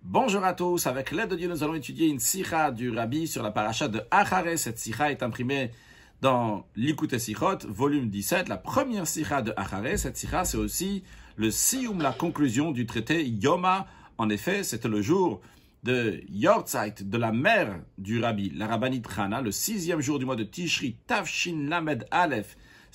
Bonjour à tous, avec l'aide de Dieu, nous allons étudier une sikha du Rabbi sur la paracha de Acharé. Cette sikha est imprimée dans Likutei Sichot, volume 17, la première sikha de Acharé. Cette sikha, c'est aussi le siyum, la conclusion du traité Yoma. En effet, c'était le jour de Yortzeit, de la mère du Rabbi, la rabbinite Chana, le 6e jour du mois de Tishri, Tafshin Lamed Aleph,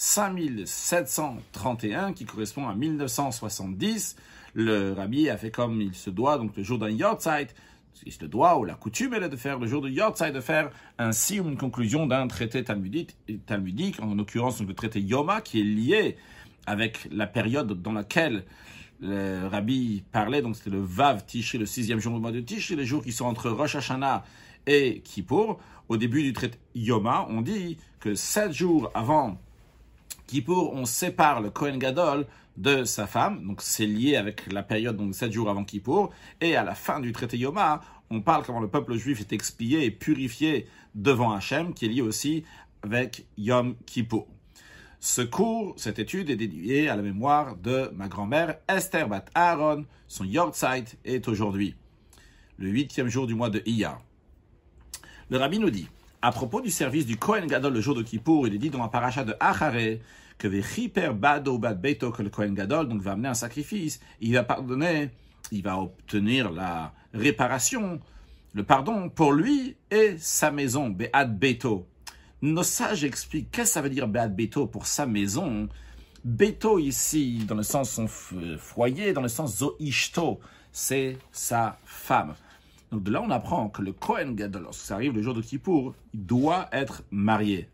5731, qui correspond à 1970. Le Rabbi a fait comme il se doit, donc le jour d'un Yortzeit, il se doit, ou la coutume elle est de faire, le jour de Yortzeit, de faire un siyum, une conclusion d'un traité talmudique, en l'occurrence donc, le traité Yoma, qui est lié avec la période dans laquelle le Rabbi parlait, donc c'était le Vav Tishri, le 6e jour du mois de Tishri, les jours qui sont entre Rosh Hashanah et Kippour. Au début du traité Yoma, on dit que 7 jours avant Kippour, on sépare le Kohen Gadol de sa femme, donc c'est lié avec la période, donc 7 jours avant Kippour, et à la fin du traité Yoma, on parle comment le peuple juif est expié et purifié devant Hachem, qui est lié aussi avec Yom Kippour. Ce cours, cette étude est dédiée à la mémoire de ma grand-mère Esther Bat Aaron. Son Yortzeit est aujourd'hui, le 8e jour du mois de Iyar. Le Rabbi nous dit, à propos du service du Kohen Gadol le jour de Kippour, il est dit dans la paracha de Acharé que Vechiper Bado Bad Beito, que le Kohen Gadol donc va amener un sacrifice, il va pardonner, il va obtenir la réparation, le pardon pour lui et sa maison, Be'ad Beito. Nos sages expliquent qu'est-ce que ça veut dire Be'ad Beito pour sa maison. Beito ici, dans le sens son foyer, dans le sens Zo Ishto, c'est sa femme. Donc de là, on apprend que le Kohen Gadol, lorsque ça arrive le jour de Kippour, il doit être marié.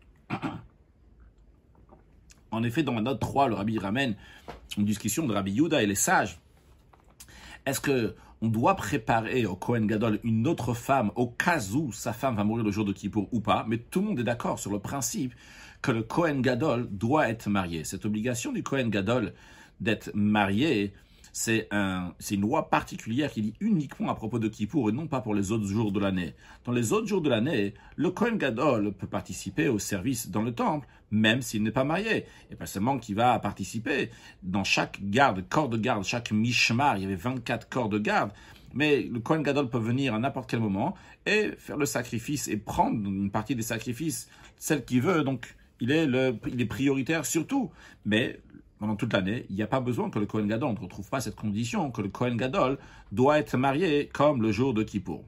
En effet, dans la note 3, le Rabbi ramène une discussion de Rabbi Yehuda et les sages. Est-ce que on doit préparer au Kohen Gadol une autre femme au cas où sa femme va mourir le jour de Kippour ou pas? Mais tout le monde est d'accord sur le principe que le Kohen Gadol doit être marié. Cette obligation du Kohen Gadol d'être marié, c'est une loi particulière qui dit uniquement à propos de Kippour et non pas pour les autres jours de l'année. Dans les autres jours de l'année, le Kohen Gadol peut participer au service dans le temple, même s'il n'est pas marié. Et pas seulement qu'il va participer dans chaque garde, corps de garde, chaque mishmar, il y avait 24 corps de garde, mais le Kohen Gadol peut venir à n'importe quel moment et faire le sacrifice et prendre une partie des sacrifices, celle qu'il veut, donc il est prioritaire surtout. Mais pendant toute l'année, il n'y a pas besoin que le Kohen Gadol, on ne retrouve pas cette condition, que le Kohen Gadol doit être marié comme le jour de Kippour.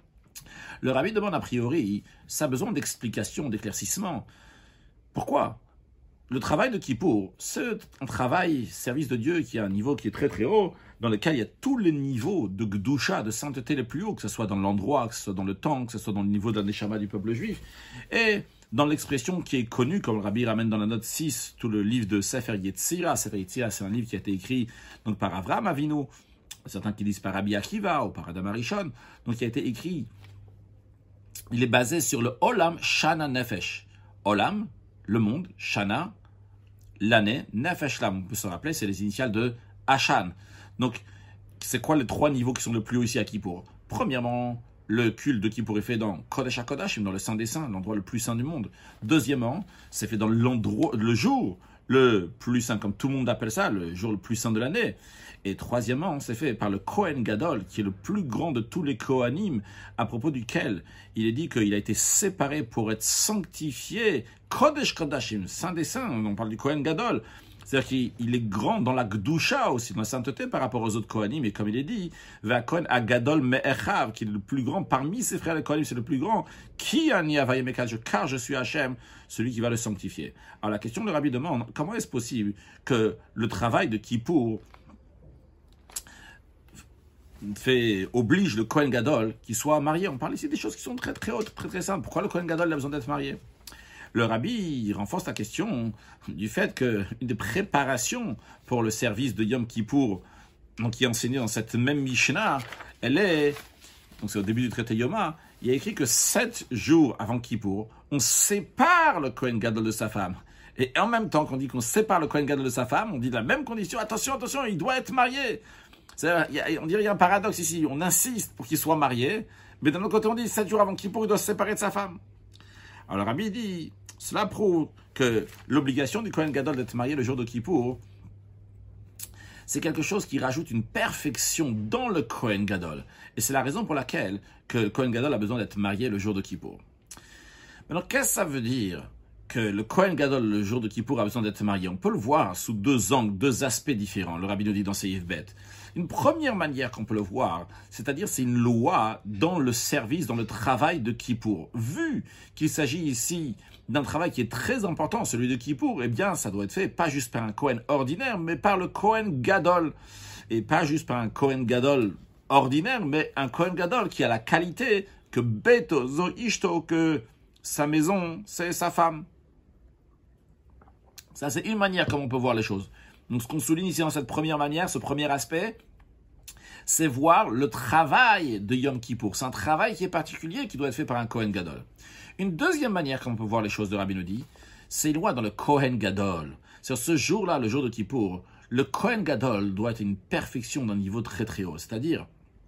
Le Rabbi demande a priori, ça a besoin d'explications, d'éclaircissements. Pourquoi? Le travail de Kippour, c'est un travail, service de Dieu qui a un niveau qui est très très haut, dans lequel il y a tous les niveaux de Gdusha, de sainteté les plus hauts, que ce soit dans l'endroit, que ce soit dans le temps, que ce soit dans le niveau de la Neshama du peuple juif. Et dans l'expression qui est connue, comme le Rabbi ramène dans la note 6, tout le livre de Sefer Yetzira. Sefer Yetzira, c'est un livre qui a été écrit donc, par Avraham Avinu, certains qui disent par Rabbi Akiva ou par Adam Arishon, donc qui a été écrit, il est basé sur le Olam Shana Nefesh. Olam, le monde, Shana, l'année, Nefesh Lam, on peut se rappeler, c'est les initiales de Hashan. Donc, c'est quoi les 3 niveaux qui sont le plus hauts ici à Kippour? Premièrement, le culte de Kippour est fait dans Kodesh HaKodashim, dans le Saint des Saints, l'endroit le plus saint du monde. Deuxièmement, c'est fait dans le jour le plus saint, comme tout le monde appelle ça, le jour le plus saint de l'année. Et troisièmement, c'est fait par le Kohen Gadol, qui est le plus grand de tous les Kohanim, à propos duquel il est dit qu'il a été séparé pour être sanctifié, Kodesh Kodashim, Saint des Saints, on parle du Kohen Gadol. C'est-à-dire qu'il est grand dans la Gdusha aussi, dans la sainteté par rapport aux autres Kohanim. Et comme il est dit, Va'kohen Agadol Me'echav, qui est le plus grand parmi ses frères les Kohanim, c'est le plus grand. Qui ani avayemekaj, car je suis Hachem, celui qui va le sanctifier. Alors la question de Rabbi demande, comment est-ce possible que le travail de Kippour oblige le Kohen Gadol qu'il soit marié? On parle ici des choses qui sont très très hautes, très très simples. Pourquoi le Kohen Gadol a besoin d'être marié? Le Rabbi renforce la question du fait qu'une des préparations pour le service de Yom Kippour, donc qui est enseignée dans cette même Mishnah, donc c'est au début du traité Yoma, il y a écrit que 7 jours avant Kippour, on sépare le Kohen Gadol de sa femme. Et en même temps qu'on dit qu'on sépare le Kohen Gadol de sa femme, on dit la même condition, attention, il doit être marié. On dirait qu'il y a un paradoxe ici, on insiste pour qu'il soit marié, mais d'un autre côté on dit 7 jours avant Kippour, il doit se séparer de sa femme. Alors le Rabbi dit, cela prouve que l'obligation du Kohen Gadol d'être marié le jour de Kippour, c'est quelque chose qui rajoute une perfection dans le Kohen Gadol. Et c'est la raison pour laquelle que le Kohen Gadol a besoin d'être marié le jour de Kippour. Maintenant, qu'est-ce que ça veut dire que le Kohen Gadol, le jour de Kippour, a besoin d'être marié? On peut le voir sous deux angles, deux aspects différents. Le Rabbi nous dit dans Seif Bet. Une première manière qu'on peut le voir, c'est-à-dire c'est une loi dans le service, dans le travail de Kippour. Vu qu'il s'agit ici d'un travail qui est très important, celui de Kippour, eh bien, ça doit être fait pas juste par un Kohen ordinaire, mais par le Kohen Gadol. Et pas juste par un Kohen Gadol ordinaire, mais un Kohen Gadol qui a la qualité que Beto Zo Ishto, que sa maison, c'est sa femme. Ça, c'est une manière comme on peut voir les choses. Donc, ce qu'on souligne ici dans cette première manière, ce premier aspect, c'est voir le travail de Yom Kippour. C'est un travail qui est particulier, qui doit être fait par un Kohen Gadol. Une deuxième manière comme on peut voir les choses de Rabbi nous dit, c'est une loi dans le Kohen Gadol. C'est ce jour-là, le jour de Kippour, le Kohen Gadol doit être une perfection d'un niveau très très haut. C'est-à-dire,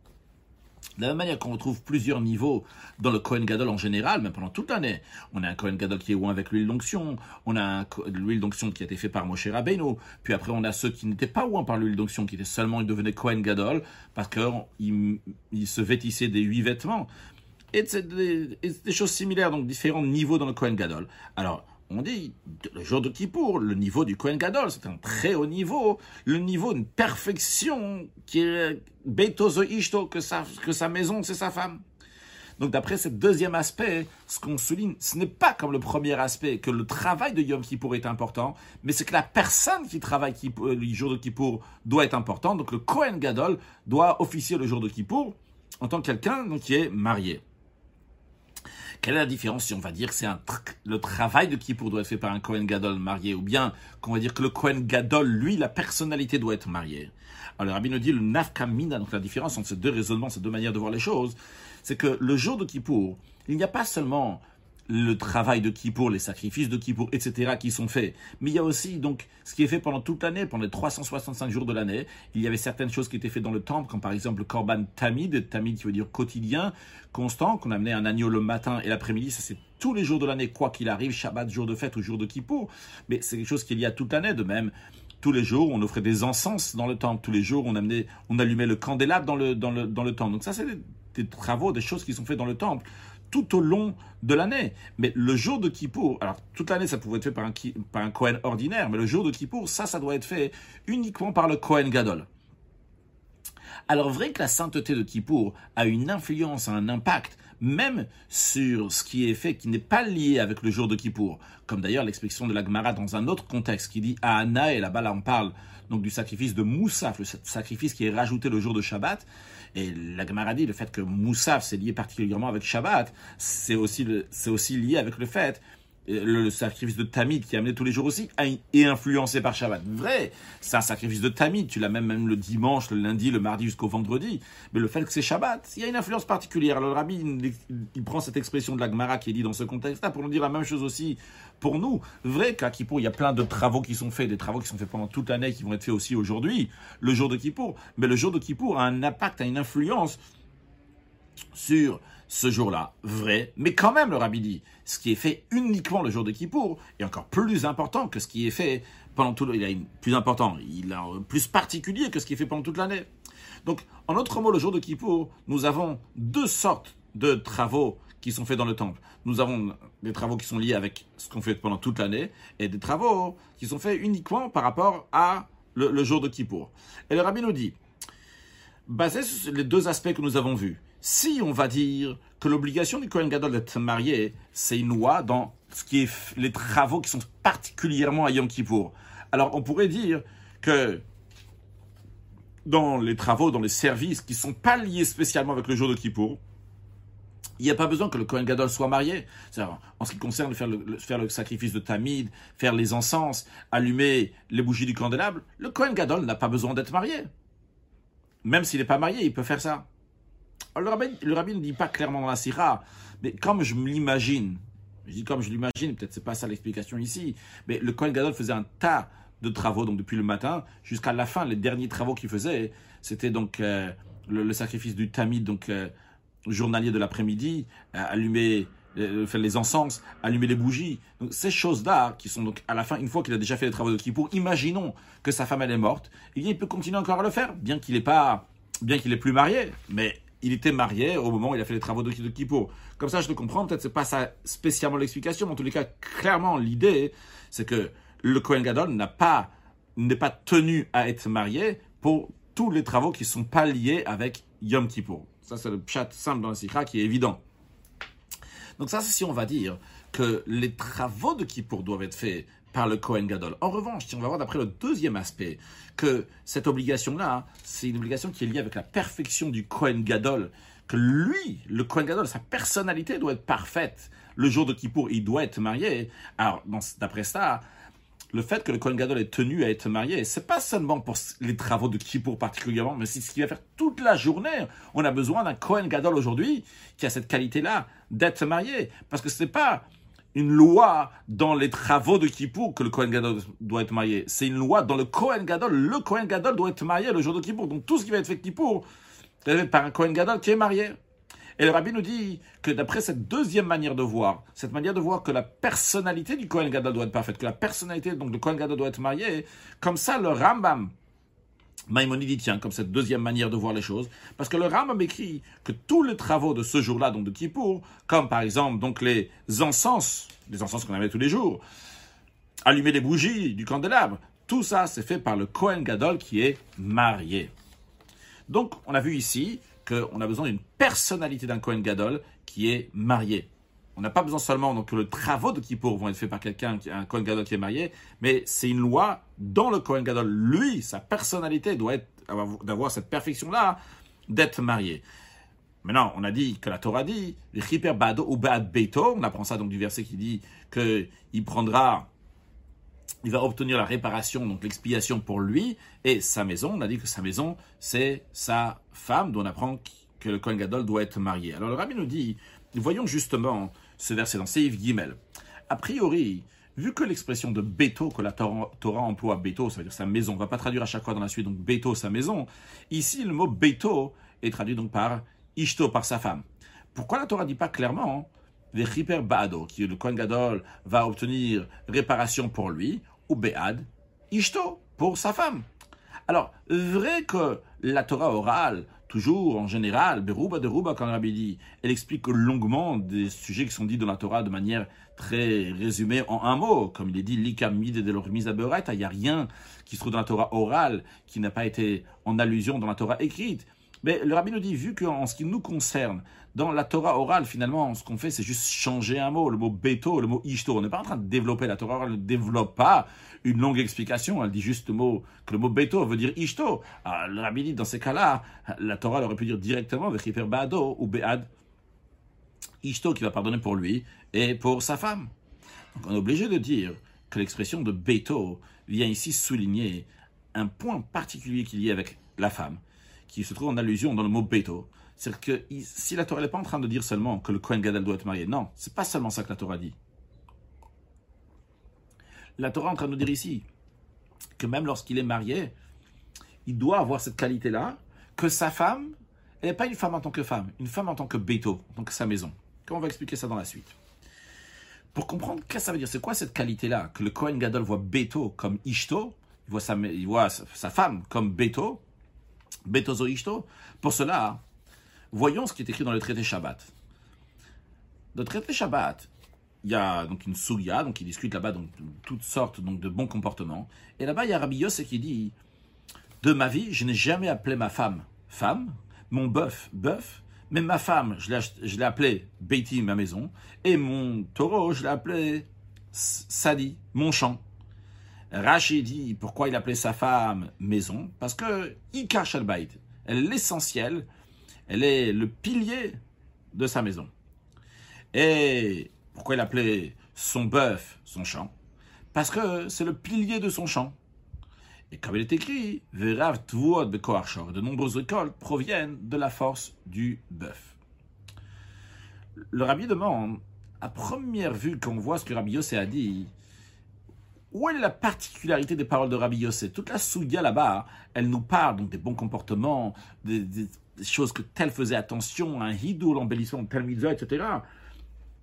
de la même manière qu'on retrouve plusieurs niveaux dans le Kohen Gadol en général, même pendant toute l'année. On a un Kohen Gadol qui est oint avec l'huile d'onction, on a l'huile d'onction qui a été fait par Moshe Rabbeinu, puis après on a ceux qui n'étaient pas oints par l'huile d'onction, qui étaient seulement, ils devenaient Kohen Gadol, parce qu'ils se vêtissaient des 8 vêtements. Et c'est des choses similaires, donc différents niveaux dans le Kohen Gadol. Alors, on dit, le jour de Kippour, le niveau du Kohen Gadol, c'est un très haut niveau, le niveau d'une perfection qui est Beito Ishto, que sa maison, c'est sa femme. Donc d'après ce deuxième aspect, ce qu'on souligne, ce n'est pas comme le premier aspect, que le travail de Yom Kippour est important, mais c'est que la personne qui travaille le jour de Kippour doit être importante. Donc le Kohen Gadol doit officier le jour de Kippour en tant que quelqu'un qui est marié. Quelle est la différence si on va dire que le travail de Kippour doit être fait par un Kohen Gadol marié, ou bien qu'on va dire que le Kohen Gadol, lui, la personnalité doit être mariée? Alors le Rabbi nous dit le nafka mina, donc la différence entre ces deux raisonnements, ces deux manières de voir les choses, c'est que le jour de Kippour, il n'y a pas seulement le travail de Kippour, les sacrifices de Kippour, etc. qui sont faits. Mais il y a aussi donc ce qui est fait pendant toute l'année, pendant les 365 jours de l'année. Il y avait certaines choses qui étaient faites dans le temple, comme par exemple le korban tamid, tamid qui veut dire quotidien, constant, qu'on amenait un agneau le matin et l'après-midi. Ça c'est tous les jours de l'année, quoi qu'il arrive, Shabbat, jour de fête ou jour de Kippour. Mais c'est quelque chose qu'il y a toute l'année de même. Tous les jours, on offrait des encens dans le temple. Tous les jours, on allumait le candélabre dans le temple. Donc ça, c'est des travaux, des choses qui sont faites dans le temple tout au long de l'année. Mais le jour de Kippour, alors toute l'année ça pouvait être fait par un Kohen ordinaire, mais le jour de Kippour, ça doit être fait uniquement par le Kohen Gadol. Alors vrai que la sainteté de Kippour a une influence, un impact, même sur ce qui est fait, qui n'est pas lié avec le jour de Kippour. Comme d'ailleurs l'expression de la Gemara dans un autre contexte, qui dit « Ahana » et là-bas là on parle donc du sacrifice de Moussaf, le sacrifice qui est rajouté le jour de Shabbat. Et la Gemara dit le fait que Moussaf c'est lié particulièrement avec Shabbat, c'est aussi lié avec le fait le sacrifice de Tamid qui est amené tous les jours aussi est influencé par Shabbat. Vrai, c'est un sacrifice de Tamid, tu l'as même le dimanche, le lundi, le mardi jusqu'au vendredi. Mais le fait que c'est Shabbat, il y a une influence particulière. Alors le Rabbi, il prend cette expression de la Gemara qui est dit dans ce contexte-là pour nous dire la même chose aussi pour nous. Vrai qu'à Kippour, il y a plein de travaux qui sont faits, des travaux qui sont faits pendant toute l'année, qui vont être faits aussi aujourd'hui, le jour de Kippour. Mais le jour de Kippour a un impact, a une influence sur ce jour-là, vrai, mais quand même, le Rabbi dit, ce qui est fait uniquement le jour de Kippour est encore plus important que ce qui est fait pendant tout il a plus important, il a plus particulier que ce qui est fait pendant toute l'année. Donc, en d'autres mots, le jour de Kippour, nous avons deux sortes de travaux qui sont faits dans le temple. Nous avons des travaux qui sont liés avec ce qu'on fait pendant toute l'année et des travaux qui sont faits uniquement par rapport à le jour de Kippour. Et le Rabbi nous dit, basé sur les deux aspects que nous avons vus, si on va dire que l'obligation du Kohen Gadol d'être marié, c'est une loi dans ce qui est les travaux qui sont particulièrement à Yom Kippour, alors on pourrait dire que dans les travaux, dans les services qui ne sont pas liés spécialement avec le jour de Kippour, il n'y a pas besoin que le Kohen Gadol soit marié. C'est-à-dire, en ce qui concerne faire le sacrifice de Tamid, faire les encens, allumer les bougies du candélabre, le Kohen Gadol n'a pas besoin d'être marié. Même s'il n'est pas marié, il peut faire ça. Alors, le Rabbi ne dit pas clairement dans la Sira, mais comme je me l'imagine, je dis comme je l'imagine, peut-être c'est pas ça l'explication ici, mais le Kohen Gadol faisait un tas de travaux, donc depuis le matin jusqu'à la fin, les derniers travaux qu'il faisait, c'était donc le sacrifice du Tamid, donc journalier de l'après-midi, allumer faire les encens, allumer les bougies. Donc, ces choses-là, qui sont donc à la fin, une fois qu'il a déjà fait les travaux de Kippour, imaginons que sa femme elle est morte, et il peut continuer encore à le faire, bien qu'il est plus marié, mais il était marié au moment où il a fait les travaux de Kippour. Comme ça, je le comprends, peut-être c'est pas ça spécialement l'explication, mais en tous les cas, clairement, l'idée, c'est que le Kohen Gadol n'est pas tenu à être marié pour tous les travaux qui ne sont pas liés avec Yom Kippour. Ça, c'est le pshat simple dans la sikha qui est évident. Donc ça, c'est si on va dire que les travaux de Kippour doivent être faits par le Kohen Gadol. En revanche, si on va voir d'après le deuxième aspect, que cette obligation-là, c'est une obligation qui est liée avec la perfection du Kohen Gadol, que lui, le Kohen Gadol, sa personnalité doit être parfaite. Le jour de Kippour, il doit être marié. Alors, d'après ça, le fait que le Kohen Gadol est tenu à être marié, c'est pas seulement pour les travaux de Kippour particulièrement, mais c'est ce qu'il va faire toute la journée. On a besoin d'un Kohen Gadol aujourd'hui qui a cette qualité-là d'être marié. Parce que ce n'est pas une loi dans les travaux de Kippour que le Kohen Gadol doit être marié. C'est une loi dans le Kohen Gadol. Le Kohen Gadol doit être marié le jour de Kippour. Donc tout ce qui va être fait Kippour, c'est fait par un Kohen Gadol qui est marié. Et le Rabbi nous dit que d'après cette deuxième manière de voir, cette manière de voir que la personnalité du Kohen Gadol doit être parfaite, que la personnalité, donc le Kohen Gadol doit être marié, comme ça le Rambam, Maïmonide tient comme cette deuxième manière de voir les choses, parce que le Rambam écrit que tous les travaux de ce jour-là, donc de Kippour, comme par exemple donc les encens qu'on avait tous les jours, allumer les bougies du candélabre, tout ça c'est fait par le Kohen Gadol qui est marié. Donc on a vu ici qu'on a besoin d'une personnalité d'un Kohen Gadol qui est marié. On n'a pas besoin seulement donc, que les travaux de Kippour vont être faits par un Kohen Gadol qui est marié, mais c'est une loi dans le Kohen Gadol. Lui, sa personnalité doit être d'avoir cette perfection-là, d'être marié. Maintenant, on a dit que la Torah dit, on apprend ça donc du verset qui dit qu'il va obtenir la réparation, donc l'expiation pour lui et sa maison. On a dit que sa maison, c'est sa femme, dont on apprend que le Kohen Gadol doit être marié. Alors le Rabbi nous dit, voyons justement ce verset dans Seif Gimel. A priori, vu que l'expression de Beto, que la Torah emploie Beto, ça veut dire sa maison, on ne va pas traduire à chaque fois dans la suite, donc Beto, sa maison. Ici, le mot Beto est traduit donc par Ishto, par sa femme. Pourquoi la Torah ne dit pas clairement Vechiper Baado, qui le Kohen Gadol va obtenir réparation pour lui, ou Bead, Ishto, pour sa femme. Alors, vrai que la Torah orale, toujours en général, Beruba de Ruba, quand le Rabbi dit, elle explique longuement des sujets qui sont dits dans la Torah de manière très résumée en un mot, comme il est dit, Likamid de l'Ormiza Beoreta, il n'y a rien qui se trouve dans la Torah orale qui n'a pas été en allusion dans la Torah écrite. Mais le Rabbi nous dit, vu qu'en ce qui nous concerne, dans la Torah orale, finalement, ce qu'on fait, c'est juste changer un mot, le mot Beto, le mot Ishto. On n'est pas en train de développer, la Torah orale ne développe pas une longue explication, elle dit juste que le mot Beto veut dire Ishto. Alors, le Rabbi dit, dans ces cas-là, la Torah aurait pu dire directement, Vechiper Bado ou Bead, Ishto qui va pardonner pour lui et pour sa femme. Donc on est obligé de dire que l'expression de Beto vient ici souligner un point particulier qu'il y a avec la femme, qui se trouve en allusion dans le mot Beto. C'est-à-dire que si la Torah n'est pas en train de dire seulement que le Kohen Gadol doit être marié, non, c'est pas seulement ça que la Torah dit. La Torah est en train de nous dire ici que même lorsqu'il est marié, il doit avoir cette qualité-là, que sa femme, elle n'est pas une femme en tant que femme, une femme en tant que Beto, en tant que sa maison. Comment on va expliquer ça dans la suite? Pour comprendre qu'est-ce que ça veut dire, c'est quoi cette qualité-là, que le Kohen Gadol voit Beto comme Ishto, il voit sa femme comme Beto, Betozo Ishto. Pour cela, voyons ce qui est écrit dans le traité Shabbat. Dans le traité Shabbat, il y a donc une Souya, donc qui discute là-bas donc, de toutes sortes donc, de bons comportements. Et là-bas, il y a Rabbi Yossé qui dit, de ma vie, je n'ai jamais appelé ma femme, femme, mon bœuf, mais ma femme, je l'ai appelée Beiti, ma maison, et mon taureau, je l'ai appelé Sadi, mon champ. Rashi dit pourquoi il appelait sa femme maison, parce que Ikar Shalbait, elle est l'essentiel, elle est le pilier de sa maison. Et pourquoi il appelait son bœuf son champ? Parce que c'est le pilier de son champ. Et comme il est écrit, Verav Tvuot Bekoar Shor, de nombreuses récoltes proviennent de la force du bœuf. Le Rabbi demande, à première vue, quand on voit ce que Rabbi Yossé a dit, où est la particularité des paroles de Rabbi Yossé? Toute la soudia là-bas, elle nous parle donc des bons comportements, des choses que tel faisait attention, un hidou, l'embellissement de tel mitzvah, etc.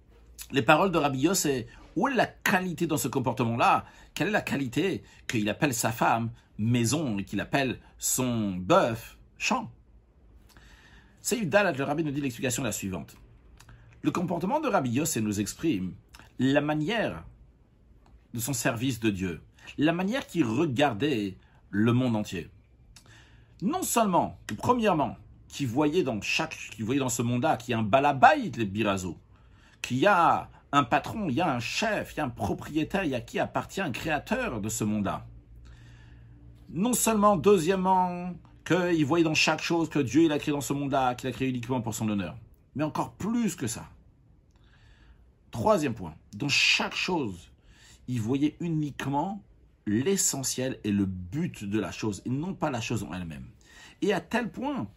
les paroles de Rabbi Yossé, où est la qualité dans ce comportement-là? Quelle est la qualité qu'il appelle sa femme maison et qu'il appelle son bœuf champ? Seif Dalat, le rabbi nous dit l'explication la suivante. Le comportement de Rabbi Yossé nous exprime la manière de son service de Dieu, la manière qu'il regardait le monde entier. Non seulement que, premièrement, qu'il voyait dans ce monde-là qu'il y a un balabaït, les birazo, qu'il y a un patron, il y a un chef, il y a un propriétaire, il y a qui appartient un créateur de ce monde-là. Non seulement, deuxièmement, qu'il voyait dans chaque chose que Dieu il a créé dans ce monde-là, qu'il a créé uniquement pour son honneur, mais encore plus que ça. Troisième point, dans chaque chose, il voyait uniquement l'essentiel et le but de la chose, et non pas la chose en elle-même. Et à tel point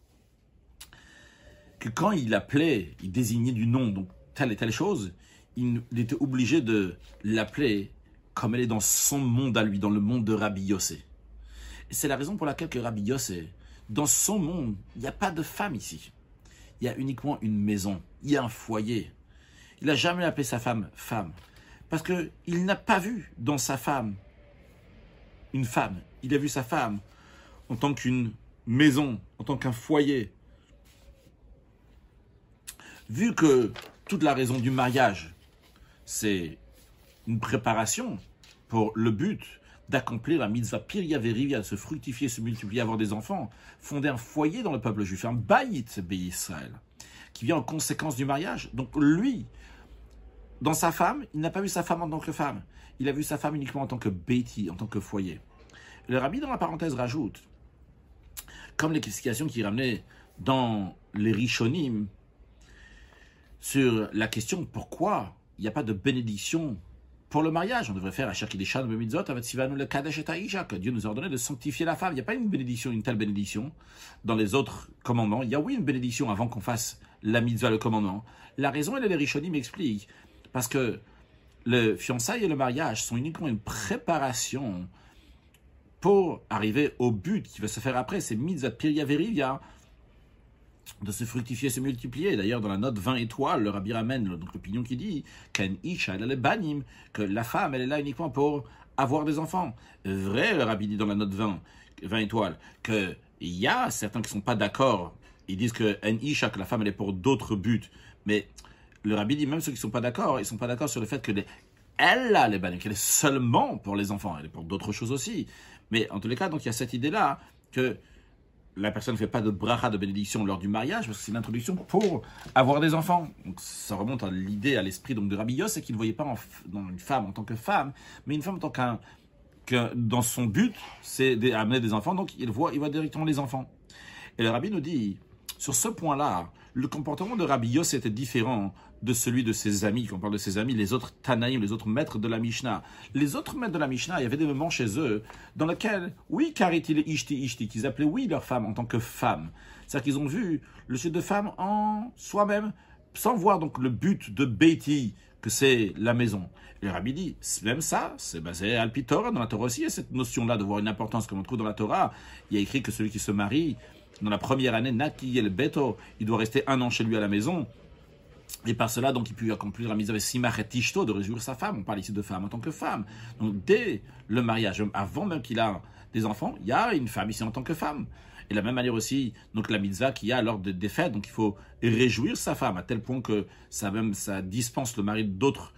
que quand il appelait, il désignait du nom, donc telle et telle chose, il était obligé de l'appeler comme elle est dans son monde à lui, dans le monde de Rabbi Yossé. Et c'est la raison pour laquelle que Rabbi Yossé, dans son monde, il n'y a pas de femme ici. Il y a uniquement une maison, il y a un foyer. Il n'a jamais appelé sa femme femme, parce qu'il n'a pas vu dans sa femme une femme. Il a vu sa femme en tant qu'une maison, en tant qu'un foyer. Vu que toute la raison du mariage, c'est une préparation pour le but d'accomplir la mitzvah Pirya Verivia, se fructifier, se multiplier, avoir des enfants, fonder un foyer dans le peuple juif, un baït Israël, qui vient en conséquence du mariage. Donc lui, dans sa femme, il n'a pas vu sa femme en tant que femme. Il a vu sa femme uniquement en tant que béti, en tant que foyer. Le rabbi, dans la parenthèse, rajoute, comme l'explication qu'il ramenait dans les Rishonim, sur la question pourquoi il n'y a pas de bénédiction pour le mariage. On devrait faire à chaque Kidushan Bemitzot, le Kadesh et Taïcha, que Dieu nous a ordonné de sanctifier la femme. Il n'y a pas une bénédiction, une telle bénédiction dans les autres commandements. Il y a oui une bénédiction avant qu'on fasse la mitzvah, le commandement. La raison, elle, les Rishonim m'expliquent, parce que le fiançailles et le mariage sont uniquement une préparation pour arriver au but qui va se faire après, c'est mitzvah Pirya Verivia, de se fructifier, se multiplier. D'ailleurs, dans la note 20 étoiles, le rabbi ramène donc l'opinion qui dit qu'en isha elle banim, que la femme elle est là uniquement pour avoir des enfants. Vrai, le rabbi dit dans la note 20 étoiles, qu'il y a certains qui ne sont pas d'accord. Ils disent que en isha, que la femme elle est pour d'autres buts. Mais le rabbi dit même ceux qui ne sont pas d'accord, ils ne sont pas d'accord sur le fait que elle a les banim, qu'elle est seulement pour les enfants. Elle est pour d'autres choses aussi. Mais en tous les cas, donc il y a cette idée-là que la personne ne fait pas de bracha, de bénédiction lors du mariage, parce que c'est une introduction pour avoir des enfants. Donc ça remonte à l'idée, à l'esprit donc, de Rabbi Yossé, c'est qu'il ne voyait pas dans une femme en tant que femme, mais une femme en tant dans son but, c'est d'amener des enfants, donc il voit directement les enfants. Et le Rabbi nous dit, sur ce point-là, le comportement de Rabbi Yossé était différent de celui de ses amis. Quand on parle de ses amis, les autres Tanaïm, les autres maîtres de la Mishnah. Les autres maîtres de la Mishnah, il y avait des moments chez eux dans lesquels, oui, karitil ishti, qu'ils appelaient oui leur femme en tant que femme. C'est-à-dire qu'ils ont vu le sujet de femme en soi-même, sans voir donc le but de Beiti, que c'est la maison. Et le Rabbi dit, même ça, c'est basé à Torah, dans la Torah aussi, il y a cette notion-là de voir une importance comme on trouve dans la Torah. Il y a écrit que celui qui se marie, dans la première année, Naki el Beto, il doit rester 1 an chez lui à la maison. Et par cela, donc, il peut accomplir la mise avec Simach et Tishto, de réjouir sa femme. On parle ici de femme en tant que femme. Donc, dès le mariage, avant même qu'il a des enfants, il y a une femme ici en tant que femme. Et de la même manière aussi, donc, la mitzvah qu'il y a lors des fêtes, donc il faut réjouir sa femme, à tel point que ça dispense le mari d'autres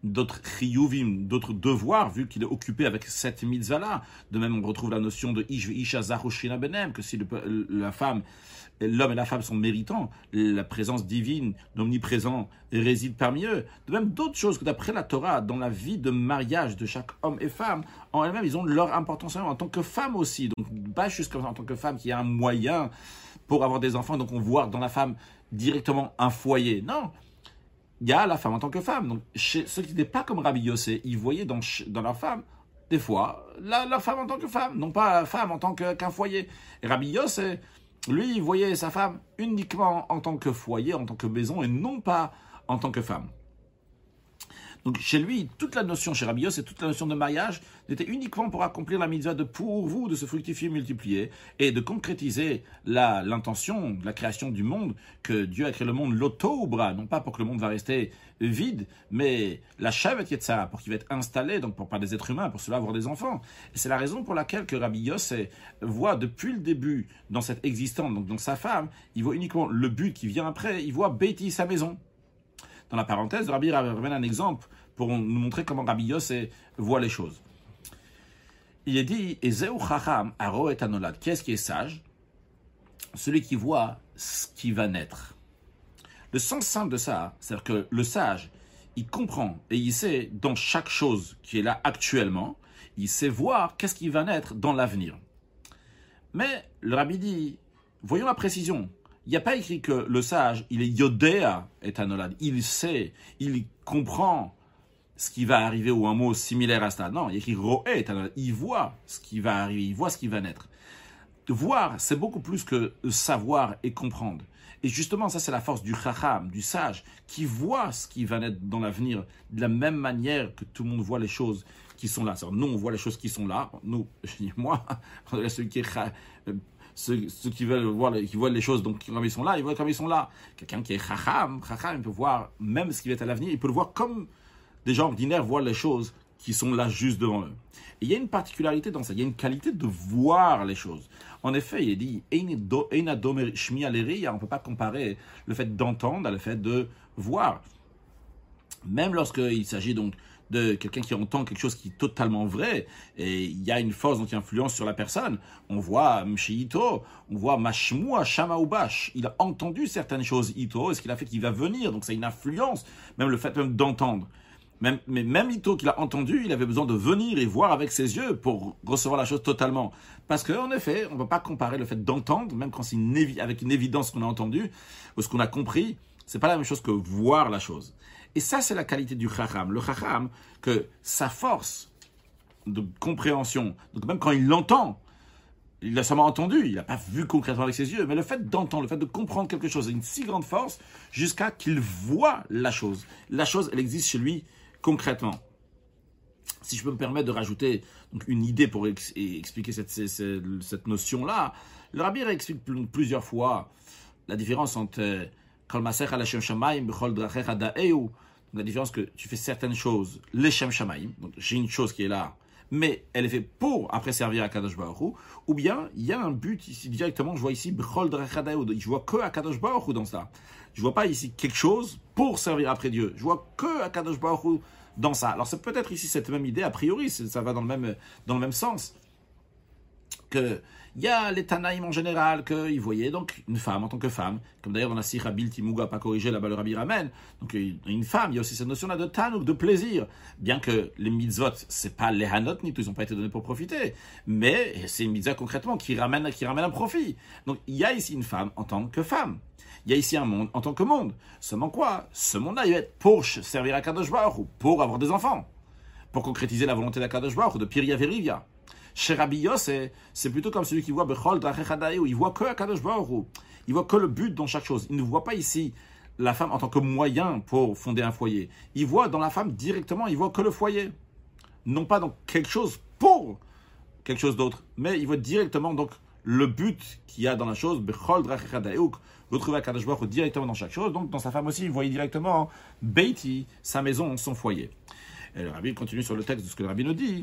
chiyuvim, d'autres devoirs, vu qu'il est occupé avec cette mitzvah-là. De même, on retrouve la notion de ish isha zarushina benem, que si la femme, l'homme et la femme sont méritants, la présence divine, l'omniprésent, réside parmi eux. De même, d'autres choses que d'après la Torah, dans la vie de mariage de chaque homme et femme, en elles-mêmes, ils ont leur importance en tant que femme aussi. Donc, pas juste comme ça, en tant que femme qui a un moyen pour avoir des enfants, donc on voit dans la femme directement un foyer. Non, il y a la femme en tant que femme. Donc, chez ceux qui n'étaient pas comme Rabbi Yossé, ils voyaient dans leur femme, des fois, leur femme en tant que femme, non pas la femme en tant qu'un foyer. Et Rabbi Yossé, lui, il voyait sa femme uniquement en tant que foyer, en tant que maison, et non pas en tant que femme. Donc chez lui, toute la notion, chez Rabbi Yossé, toute la notion de mariage n'était uniquement pour accomplir la mitzvah de pour vous, de se fructifier, multiplier, et de concrétiser l'intention, la création du monde, que Dieu a créé le monde l'auto-bras, non pas pour que le monde va rester vide, mais la Shevet Yetzirah, pour qu'il va être installé, donc pour pas des êtres humains, pour cela avoir des enfants. Et c'est la raison pour laquelle que Rabbi Yossé voit depuis le début, dans cette existence, donc dans sa femme, il voit uniquement le but qui vient après, il voit Beiti, sa maison. Dans la parenthèse, Rabbi ramène un exemple pour nous montrer comment Rabbi Yossé voit les choses. Il est dit, Ezeu chacham aro et anolad. Qu'est-ce qui est sage? Celui qui voit ce qui va naître. Le sens simple de ça, c'est-à-dire que le sage, il comprend et il sait dans chaque chose qui est là actuellement, il sait voir qu'est-ce qui va naître dans l'avenir. Mais le Rabbi dit, voyons la précision. Il n'y a pas écrit que le sage, il est yodéa et anolad. Il sait, il comprend ce qui va arriver ou un mot similaire à ça. Non, il y a écrit roé et anolad. Il voit ce qui va arriver, il voit ce qui va naître. Voir, c'est beaucoup plus que savoir et comprendre. Et justement, ça c'est la force du chacham, du sage, qui voit ce qui va naître dans l'avenir de la même manière que tout le monde voit les choses qui sont là. C'est-à-dire, nous, on voit les choses qui sont là. Nous, moi, celui qui est... Ceux qui veulent voir, qui voient les choses, donc comme ils sont là, ils voient comme ils sont là. Quelqu'un qui est chacham, il peut voir même ce qui va être à l'avenir, il peut le voir comme des gens ordinaires voient les choses qui sont là juste devant eux. Et il y a une particularité dans ça, il y a une qualité de voir les choses. En effet, il est dit, on ne peut pas comparer le fait d'entendre à le fait de voir. Même lorsqu'il s'agit donc de quelqu'un qui entend quelque chose qui est totalement vrai, et il y a une force qui influence sur la personne. On voit Mshito, on voit Mashmua, Shama ou Bash. Il a entendu certaines choses, Ito, et ce qu'il a fait qu'il va venir, donc ça a une influence, même le fait même d'entendre. Mais même Ito qu'il a entendu, il avait besoin de venir et voir avec ses yeux pour recevoir la chose totalement. Parce qu'en effet, on ne peut pas comparer le fait d'entendre, même quand c'est avec une évidence qu'on a entendue, ou ce qu'on a compris, c'est pas la même chose que voir la chose. Et ça, c'est la qualité du chacham. Le chacham, que sa force de compréhension, donc même quand il l'entend, il l'a seulement entendu, il n'a pas vu concrètement avec ses yeux, mais le fait d'entendre, le fait de comprendre quelque chose a une si grande force jusqu'à qu'il voit la chose. La chose, elle existe chez lui concrètement. Si je peux me permettre de rajouter donc, une idée pour expliquer cette notion-là, le Rabbi explique plusieurs fois la différence entre la différence que tu fais certaines choses, les Shem Shamaim, donc j'ai une chose qui est là, mais elle est faite pour après servir à Kadosh Baruch Hu, ou bien il y a un but ici directement, je vois ici je vois que à Kadosh Baruch Hu dans ça. Je vois pas ici quelque chose pour servir après Dieu. Je vois que à Kadosh Baruch Hu dans ça. Alors c'est peut-être ici cette même idée, a priori, ça va dans le même sens. Que il y a les Tanaïm en général, qu'ils voyaient donc une femme en tant que femme, comme d'ailleurs dans la Sikha Bilti Muga, pas corrigé, là-bas le Rabbi ramène. Donc une femme, il y a aussi cette notion-là de Tanouk, de plaisir. Bien que les mitzvot, c'est pas les Hanot, ni tout, ils n'ont pas été donnés pour profiter. Mais c'est une mitzvah concrètement qui ramène un profit. Donc il y a ici une femme en tant que femme. Il y a ici un monde en tant que monde. Seulement quoi? Ce monde-là, il va être pour servir à Kadosh Baruch Hu, pour avoir des enfants, pour concrétiser la volonté d'Akadosh Baruch Hu, de Piria Verivia. Chez Rabbi Yossé, c'est plutôt comme celui qui voit Bechol Drachechadaïou, il voit que Akadosh Baruch Hu, il voit que le but dans chaque chose. Il ne voit pas ici la femme en tant que moyen pour fonder un foyer. Il voit dans la femme directement, il voit que le foyer. Non pas donc quelque chose pour quelque chose d'autre, mais il voit directement donc le but qu'il y a dans la chose, Bechol Drachechadaïou, retrouver Akadosh Baruch Hu directement dans chaque chose. Donc dans sa femme aussi, il voyait directement Beiti, sa maison, son foyer. Et le Rabbi continue sur le texte de ce que le Rabbi nous dit.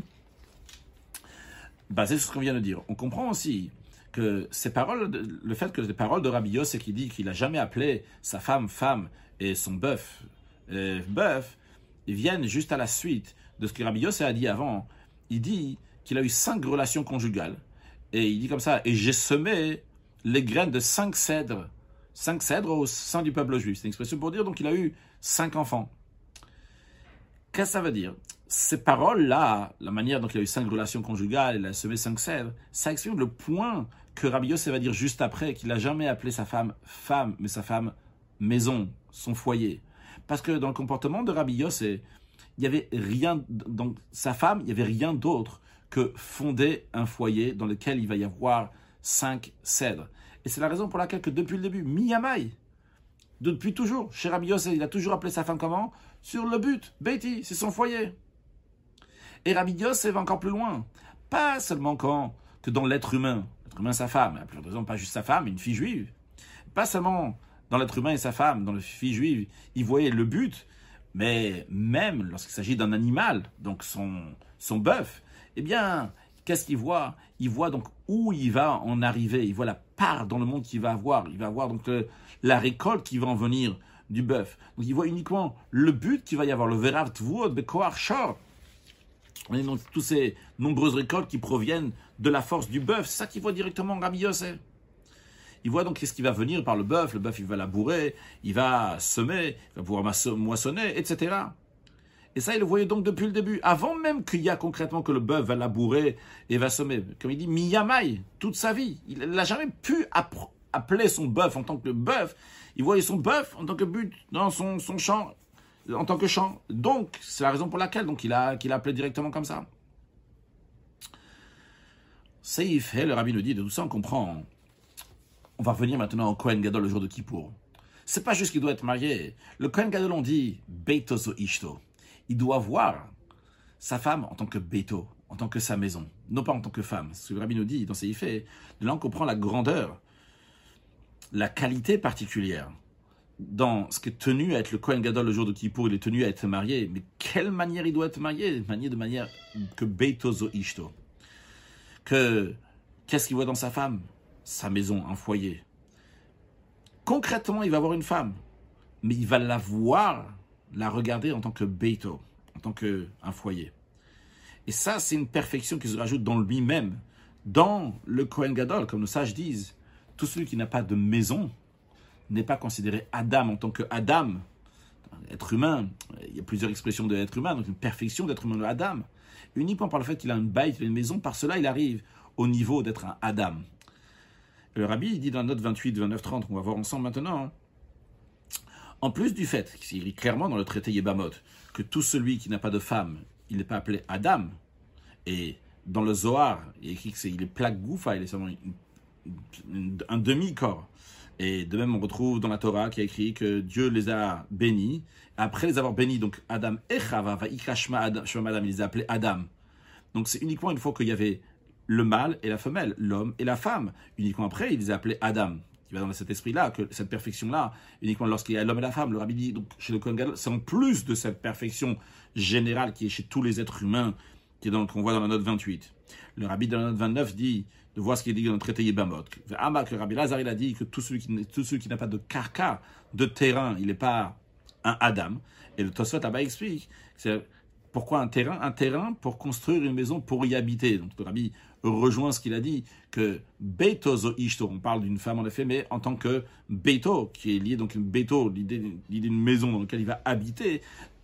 Basé sur ce qu'on vient de dire, on comprend aussi que ces paroles, le fait que les paroles de Rabbi Yossé qui dit qu'il n'a jamais appelé sa femme femme et son bœuf bœuf, ils viennent juste à la suite de ce que Rabbi Yossé a dit avant. Il dit qu'il a eu 5 relations conjugales et il dit comme ça, et j'ai semé les graines de 5 cèdres au sein du peuple juif. C'est une expression pour dire donc il a eu 5 enfants. Qu'est-ce que ça veut dire? Ces paroles-là, la manière dont il a eu 5 relations conjugales, il a semé 5 cèdres, ça exprime le point que Rabbi Yossé va dire juste après, qu'il n'a jamais appelé sa femme femme, mais sa femme maison, son foyer. Parce que dans le comportement de Rabbi Yossé, il n'y avait rien, dans sa femme, il n'y avait rien d'autre que fonder un foyer dans lequel il va y avoir 5 cèdres. Et c'est la raison pour laquelle que depuis le début, Miyamai, Depuis toujours. Chez Rabbi Yosef, il a toujours appelé sa femme comment? Sur le but. Beiti, c'est son foyer. Et Rabbi Yosef va encore plus loin. Pas seulement que dans l'être humain. L'être humain, sa femme. À plus de raison, pas juste sa femme, mais une fille juive. Pas seulement dans l'être humain et sa femme, dans la fille juive, il voyait le but. Mais même lorsqu'il s'agit d'un animal, donc son bœuf, eh bien, qu'est-ce qu'il voit? Il voit donc où il va en arriver. Il voit la part dans le monde qu'il va avoir. Il va avoir donc la récolte qui va en venir du bœuf. Donc il voit uniquement le but qu'il va y avoir, le verav tvud bekoar shor. Et donc toutes ces nombreuses récoltes qui proviennent de la force du bœuf, c'est ça qu'il voit directement Rabbi Yosef. Il voit donc qu'est-ce qui va venir par le bœuf il va labourer, il va semer, il va pouvoir moissonner, etc. Et ça, il le voyait donc depuis le début, avant même qu'il y a concrètement que le bœuf va labourer et va semer. Comme il dit, miyamai, toute sa vie. Il n'a jamais pu appeler son bœuf en tant que bœuf. Il voyait son bœuf en tant que but dans son champ, en tant que champ. Donc, c'est la raison pour laquelle qu'il a appelé directement comme ça. Seif, le rabbi nous dit, de tout ça on comprend. On va revenir maintenant au Kohen Gadol le jour de Kippour. C'est pas juste qu'il doit être marié. Le Kohen Gadol, on dit Beito zo ishto. Il doit voir sa femme en tant que Beito, en tant que sa maison, non pas en tant que femme. Ce que le rabbi nous dit dans ses faits, de là on comprend la grandeur, la qualité particulière dans ce qui est tenu à être le Kohen Gadol le jour de Kippour. Il est tenu à être marié. Mais quelle manière il doit être marié? De manière que Beito zo ishto. Qu'est-ce qu'il voit dans sa femme? Sa maison, un foyer. Concrètement, il va avoir une femme, mais il va la voir, la regarder en tant que beito, en tant qu'un foyer. Et ça, c'est une perfection qui se rajoute dans lui-même, dans le Kohen Gadol, comme nos sages disent. Tout celui qui n'a pas de maison n'est pas considéré Adam en tant que Adam, être humain. Il y a plusieurs expressions de être humain, donc une perfection d'être humain de Adam. Uniquement par le fait qu'il a une baït, une maison, par cela, il arrive au niveau d'être un Adam. Le rabbi il dit dans la note 28, 29, 30, qu'on va voir ensemble maintenant, en plus du fait, qu'il dit clairement dans le traité Yebamot, que tout celui qui n'a pas de femme, il n'est pas appelé Adam, et dans le Zohar, il est écrit qu'il est plak goufa, il est seulement un demi-corps. Et de même, on retrouve dans la Torah qui a écrit que Dieu les a bénis. Après les avoir bénis, donc Adam et Chava, va ikashma Adam, il les a appelés Adam. Donc c'est uniquement une fois qu'il y avait le mâle et la femelle, l'homme et la femme. Uniquement après, il les a appelés Adam. Il va dans cet esprit-là, que cette perfection-là, uniquement lorsqu'il y a l'homme et la femme. Le rabbi dit, donc, chez le Kohen Gadol, c'est en plus de cette perfection générale qui est chez tous les êtres humains, qu'on voit dans la note 28. Le rabbi dans la note 29 dit, de voir ce qu'il dit dans le traité Yebamot. Le rabbi Lazar, il a dit que tout celui qui n'a pas de karka, de terrain, il n'est pas un Adam. Et le Tosfot là-bas explique, c'est pourquoi un terrain? Un terrain pour construire une maison, pour y habiter. Donc le rabbi rejoint ce qu'il a dit, que Beito zo ishto, on parle d'une femme en effet, mais en tant que Beito, qui est lié donc Beito, l'idée d'une maison dans laquelle il va habiter.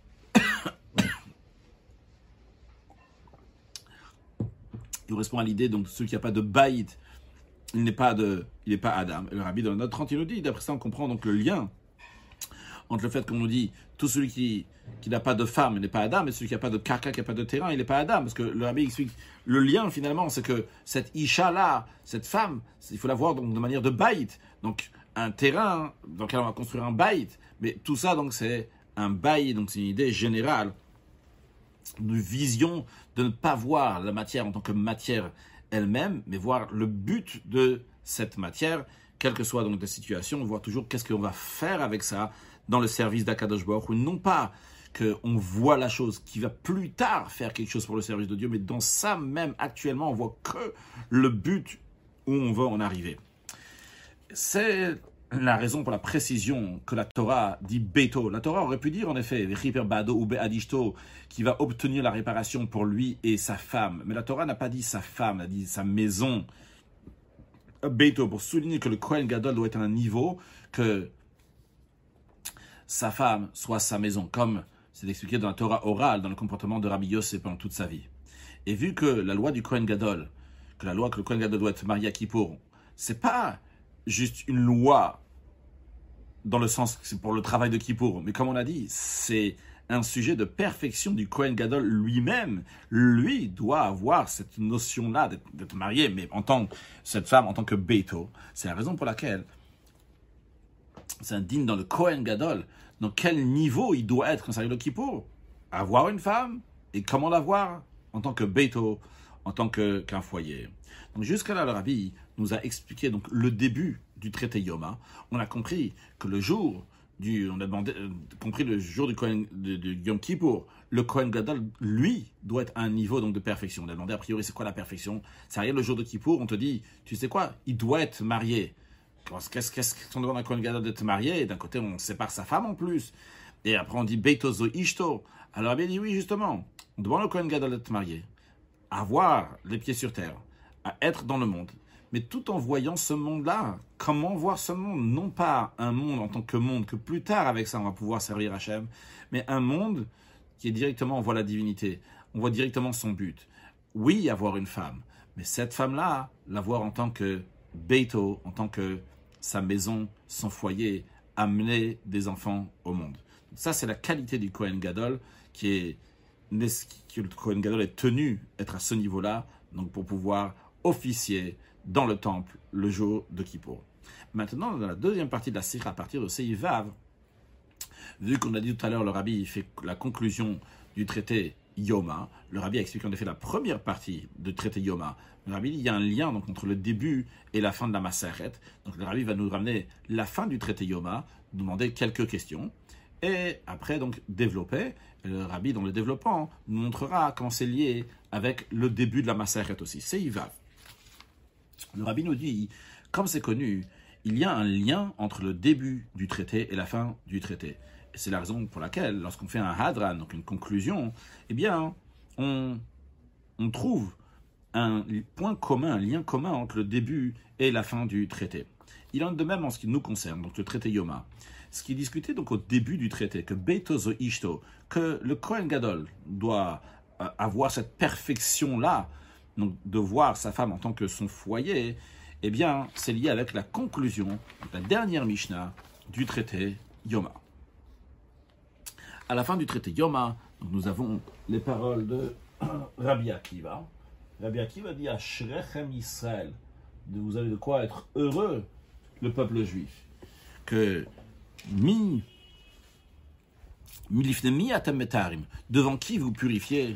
Il correspond à l'idée donc de celui qui n'a pas de baït, il n'est pas Adam. Et le rabbi dans la note 30, il nous dit, d'après ça on comprend donc le lien entre le fait qu'on nous dit tout celui qui n'a pas de femme n'est pas Adam, et celui qui n'a pas de karka, qui n'a pas de terrain, il n'est pas Adam. Parce que le rabbi explique le lien finalement, c'est que cette isha-là, cette femme, il faut la voir donc de manière de baït. Donc un terrain dans lequel on va construire un baït. Mais tout ça donc c'est un baït, donc c'est une idée générale, une vision de ne pas voir la matière en tant que matière elle-même, mais voir le but de cette matière, quelle que soit donc la situation, voir toujours qu'est-ce qu'on va faire avec ça dans le service d'Akadosh Baruch Hu, non pas qu'on voit la chose qui va plus tard faire quelque chose pour le service de Dieu, mais dans ça même actuellement, on voit que le but où on va en arriver. C'est la raison pour la précision que la Torah dit Beto. La Torah aurait pu dire en effet Riper Bado ou Be'adishto, qui va obtenir la réparation pour lui et sa femme. Mais la Torah n'a pas dit sa femme, elle a dit sa maison. Beto, pour souligner que le Kohen Gadol doit être à un niveau que sa femme soit sa maison, comme c'est expliqué dans la Torah orale, dans le comportement de Rabbi Yosef pendant toute sa vie. Et vu que la loi du Kohen Gadol, que le Kohen Gadol doit être marié à Kippour, c'est pas juste une loi dans le sens que c'est pour le travail de Kippour, mais comme on a dit, c'est un sujet de perfection du Kohen Gadol lui-même. Lui doit avoir cette notion-là d'être marié, mais cette femme en tant que Beito. C'est la raison pour laquelle c'est un digne dans le Kohen Gadol, dans quel niveau il doit être quand ça arrive le Kippour? Avoir une femme, et comment l'avoir? En tant que beito, en tant qu'un foyer. Donc jusqu'à là, le Rabbi nous a expliqué donc, le début du traité Yoma. On a compris que le jour compris le jour du Yom Kippour, le Kohen Gadol, lui, doit être à un niveau donc, de perfection. On a demandé a priori c'est quoi la perfection? Ça arrive le jour de Kippour, on te dit, tu sais quoi? Il doit être marié. Qu'est-ce qu'on demande à un Kohen Gadol d'être marié? Et d'un côté, on sépare sa femme en plus. Et après, on dit Beitozo Ishto. Alors, il dit oui, justement. On demande au Kohen Gadol d'être marié, à avoir les pieds sur terre, à être dans le monde. Mais tout en voyant ce monde-là, comment voir ce monde? Non pas un monde en tant que monde, que plus tard, avec ça, on va pouvoir servir Hachem, mais un monde qui est directement, on voit la divinité, on voit directement son but. Oui, avoir une femme, mais cette femme-là, la voir en tant que Beito, en tant que sa maison, son foyer, amener des enfants au monde. Donc ça, c'est la qualité du Kohen Gadol, que le Kohen Gadol est tenu être à ce niveau-là, donc pour pouvoir officier dans le temple le jour de Kippour. Maintenant, dans la deuxième partie de la Sikha, à partir de Seivav, vu qu'on a dit tout à l'heure, le Rabbi fait la conclusion du traité Yoma. Le Rabbi a expliqué en effet la première partie du traité Yoma. Le Rabbi dit il y a un lien donc, entre le début et la fin de la Maseret. Donc le Rabbi va nous ramener la fin du traité Yoma, nous demander quelques questions, et après donc développer. Et le Rabbi, dans le développement, nous montrera comment c'est lié avec le début de la Maseret aussi. Seivav. Le Rabbi nous dit, comme c'est connu, il y a un lien entre le début du traité et la fin du traité. Et c'est la raison pour laquelle, lorsqu'on fait un hadran, donc une conclusion, eh bien, on trouve un point commun, un lien commun entre le début et la fin du traité. Il en est de même en ce qui nous concerne, donc le traité Yoma. Ce qui est discuté donc au début du traité, que Beitozo Ishto, que le Kohen Gadol doit avoir cette perfection-là, donc de voir sa femme en tant que son foyer, eh bien, c'est lié avec la conclusion, la dernière Mishnah du traité Yoma. À la fin du traité Yoma, donc nous avons les paroles de Rabbi Akiva. Rabbi Akiva dit « Ashrechem Israël » vous avez de quoi être heureux, le peuple juif. Que devant qui vous purifiez,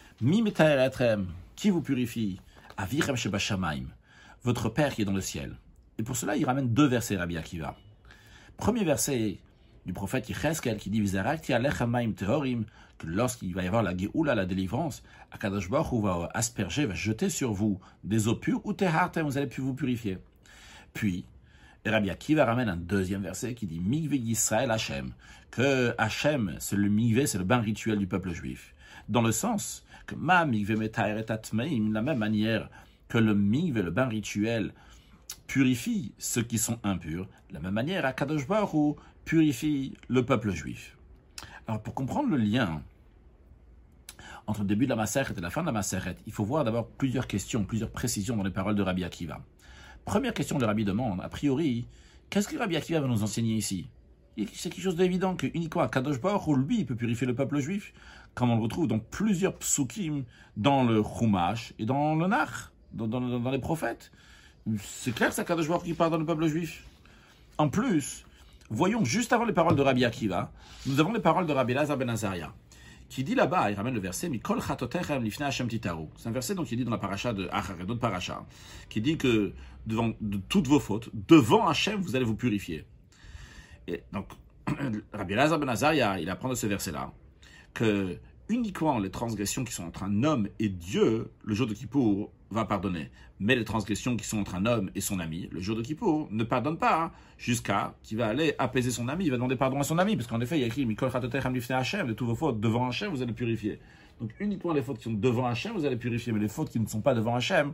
qui vous purifie, Avirem Shebashamaim, votre Père qui est dans le ciel. Et pour cela, il ramène deux versets, Rabbi Akiva. Premier verset du prophète Yecheskel qui dit Vizarakti Alechamaim Tehorim, que lorsqu'il va y avoir la Géoula, la délivrance, Akadosh Baruch Hu va asperger, va jeter sur vous des eaux pures, ou Tehartem, vous allez pu vous purifier. Puis, Rabbi Akiva ramène un deuxième verset qui dit Mikve Yisrael Hashem, que Hashem, c'est le mikve, c'est le bain rituel du peuple juif. Dans le sens que Ma mikve metaeret atmeim, de la même manière que le mikve, le bain rituel, purifie ceux qui sont impurs, de la même manière, Akadosh Baruch Hu purifie le peuple juif. Alors, pour comprendre le lien entre le début de la Maseret et la fin de la Maseret, il faut voir d'abord plusieurs questions, plusieurs précisions dans les paroles de Rabbi Akiva. Première question que le Rabbi demande, a priori, qu'est-ce que Rabbi Akiva va nous enseigner ici? C'est quelque chose d'évident que uniquement Akadosh Baruch Hu, lui, il peut purifier le peuple juif, comme on le retrouve dans plusieurs psukim, dans le Chumash et dans le Nach, dans les prophètes. C'est clair que c'est Akadosh Baruch Hu qui parle dans le peuple juif. En plus, voyons juste avant les paroles de Rabbi Akiva, nous avons les paroles de Rabbi Elazar ben Azaria, qui dit là-bas, il ramène le verset, Mikol chatotechem lifnei Hashem titaru. C'est un verset donc, qui dit dans la paracha de Achar et d'autres parachas, qui dit que de toutes vos fautes, devant Hashem, vous allez vous purifier. Et donc, Rabbi Elazar ben Azaria, il apprend de ce verset-là, que uniquement les transgressions qui sont entre un homme et Dieu, le jour de Kippour, va pardonner. Mais les transgressions qui sont entre un homme et son ami, le jour de Kippour, ne pardonne pas, hein, jusqu'à qu'il va aller apaiser son ami, il va demander pardon à son ami, parce qu'en effet, il y a écrit Mikol chatotechem lifnei Hashem, de toutes vos fautes, devant Hashem, vous allez purifier. Donc uniquement les fautes qui sont devant Hashem, vous allez purifier, mais les fautes qui ne sont pas devant Hashem,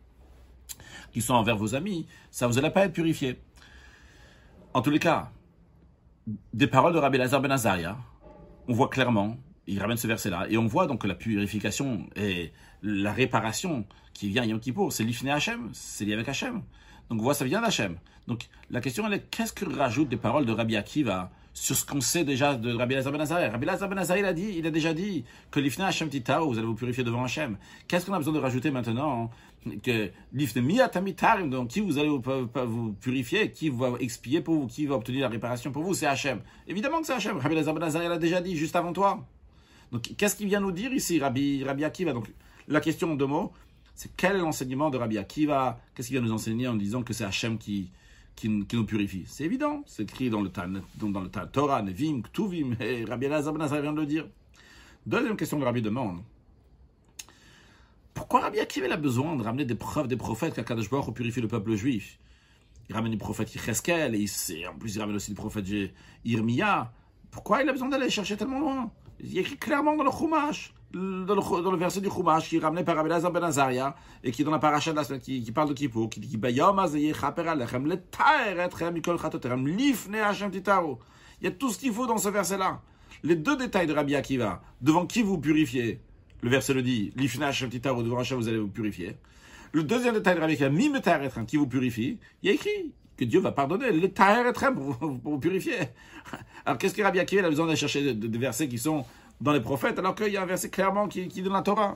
qui sont envers vos amis, ça vous allez pas être purifié. En tous les cas, des paroles de Rabbi Elazar ben Azaria, on voit clairement, il ramène ce verset-là, et on voit donc que la purification et la réparation qui vient à Yom Kippour, c'est l'ifnei Hashem, c'est lié avec Hashem. Donc on voit, ça vient d'Hachem. Donc la question elle est, qu'est-ce que rajoute des paroles de Rabbi Akiva sur ce qu'on sait déjà de Rabbi Elazar ben Azaria? Rabbi Elazar ben Azaria il a déjà dit que l'ifnei Hashem titaru, vous allez vous purifier devant Hashem. Qu'est-ce qu'on a besoin de rajouter maintenant que donc qui vous allez vous purifier, qui va expier pour vous, qui va obtenir la réparation pour vous, c'est Hachem. Évidemment que c'est Hachem. Rabbi Elazar ben Azariah l'a déjà dit juste avant toi. Donc qu'est-ce qu'il vient nous dire ici, Rabbi Akiva? Donc la question en deux mots, c'est quel est l'enseignement de Rabbi Akiva? Qu'est-ce qu'il vient nous enseigner en disant que c'est Hachem qui nous purifie? C'est évident, c'est écrit dans le Torah, Nevim, Ktuvim, et Rabbi Elazar ben Azariah vient de le dire. Deuxième question que Rabbi demande. Pourquoi Rabbi Akiva a besoin de ramener des preuves des prophètes qu'Akadosh Baruch Hu purifie le peuple juif? Il ramène le prophète Yecheskel, et en plus il ramène aussi le prophète Irmia. Pourquoi il a besoin d'aller chercher tellement loin? Il y a écrit clairement dans le Chumash, dans le verset du Chumash, qui est ramené par Rabbi Elazar ben Azariah, et qui est dans la paracha de la semaine, qui parle de Kippour, qui dit Bayom hazeh yechaper alechem letaer etchem mikol chatoterem lifnei Hashem titaru. Il y a tout ce qu'il faut dans ce verset-là. Les deux détails de Rabbi Akiva, devant qui vous purifiez, le verset le dit, lifnei Hashem titaru, devant Hashem vous allez vous purifier. Le deuxième détail de Rabbi Akiva, mi metaer etchem, qui vous purifie, il y a écrit que Dieu va pardonner, le taer etchem pour vous purifier. Alors qu'est-ce que Rabbi Akiva a besoin d'aller chercher des versets qui sont dans les prophètes, alors qu'il y a un verset clairement qui donne la Torah?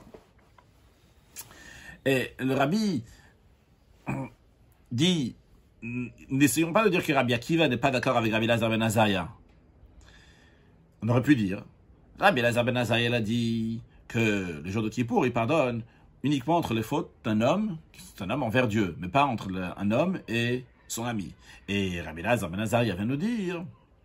Et le Rabbi dit, n'essayons pas de dire que Rabbi Akiva n'est pas d'accord avec Rabbi Elazar ben Azariah. On aurait pu dire, Rabbi Elazar ben Azariah a dit que le jour de Kippour, il pardonne uniquement entre les fautes d'un homme, c'est un homme envers Dieu, mais pas entre un homme et son ami. Et Rabbi Elazar ben Azariah vient nous dire,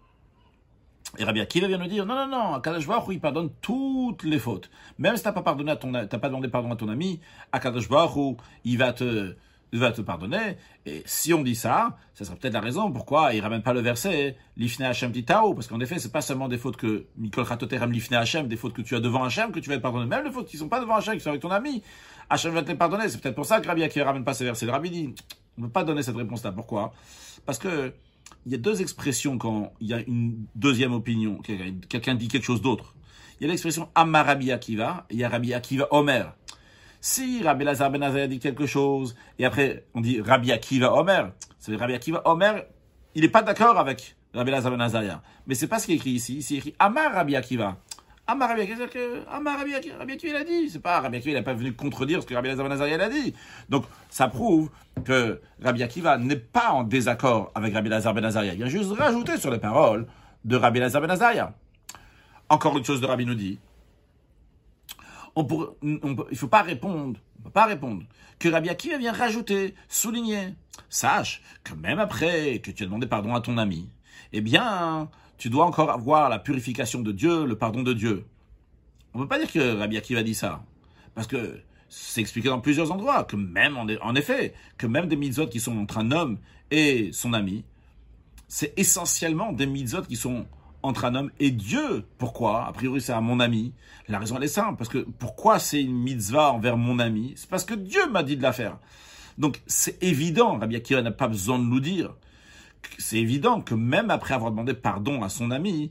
et Rabbi Akiva vient nous dire, non, Akadosh Baruch Hu, il pardonne toutes les fautes. Même si t'as pas demandé pardon à ton ami, Akadosh Baruch Hu, il va te pardonner. Et si on dit ça, ça serait peut-être la raison pourquoi il ramène pas le verset Lifnei Hashem titao, parce qu'en effet, c'est pas seulement des fautes que Mikol Chatoterem Lifnei Hashem, des fautes que tu as devant Hashem que tu vas te pardonner. Même les fautes qui sont pas devant Hashem, qui sont avec ton ami, Hashem va te les pardonner. C'est peut-être pour ça que Rabbi Akiva ramène pas ces versets. Le Rabbi dit, on ne peut pas donner cette réponse-là. Pourquoi? Parce que il y a deux expressions quand il y a une deuxième opinion, quelqu'un dit quelque chose d'autre. Il y a l'expression Amar Rabbi Akiva, et il y a Rabbi Akiva Omer. Si Rabbi Elazar ben Azariah dit quelque chose, et après on dit Rabbi Akiva Omer, c'est Rabbi Akiva Omer, il n'est pas d'accord avec Rabbi Elazar ben Azariah. Mais c'est pas ce qui est écrit ici, c'est écrit Amar Rabbi Akiva. Amar Rabbi Akiva, Rabbi Akiva il a dit, c'est pas Rabbi Akiva, il n'est pas venu contredire ce que Rabbi Elazar ben Azariah a dit. Donc ça prouve que Rabbi Akiva n'est pas en désaccord avec Rabbi Elazar ben Azariah. Il vient juste rajouter sur les paroles de Rabbi Elazar ben Azariah. Encore une chose de Rabbi nous dit, il ne faut pas répondre, que Rabbi Akiva vient rajouter, souligner. Sache que même après que tu as demandé pardon à ton ami, eh bien, tu dois encore avoir la purification de Dieu, le pardon de Dieu. On ne peut pas dire que Rabbi Akiva dit ça, parce que c'est expliqué dans plusieurs endroits, que même, en effet, que même des mitzvot qui sont entre un homme et son ami, c'est essentiellement des mitzvot qui sont entre un homme et Dieu. Pourquoi? A priori, c'est à mon ami. La raison, elle est simple. Parce que pourquoi c'est une mitzvah envers mon ami? C'est parce que Dieu m'a dit de la faire. Donc, c'est évident, Rabbi Akiva n'a pas besoin de nous dire. C'est évident que même après avoir demandé pardon à son ami,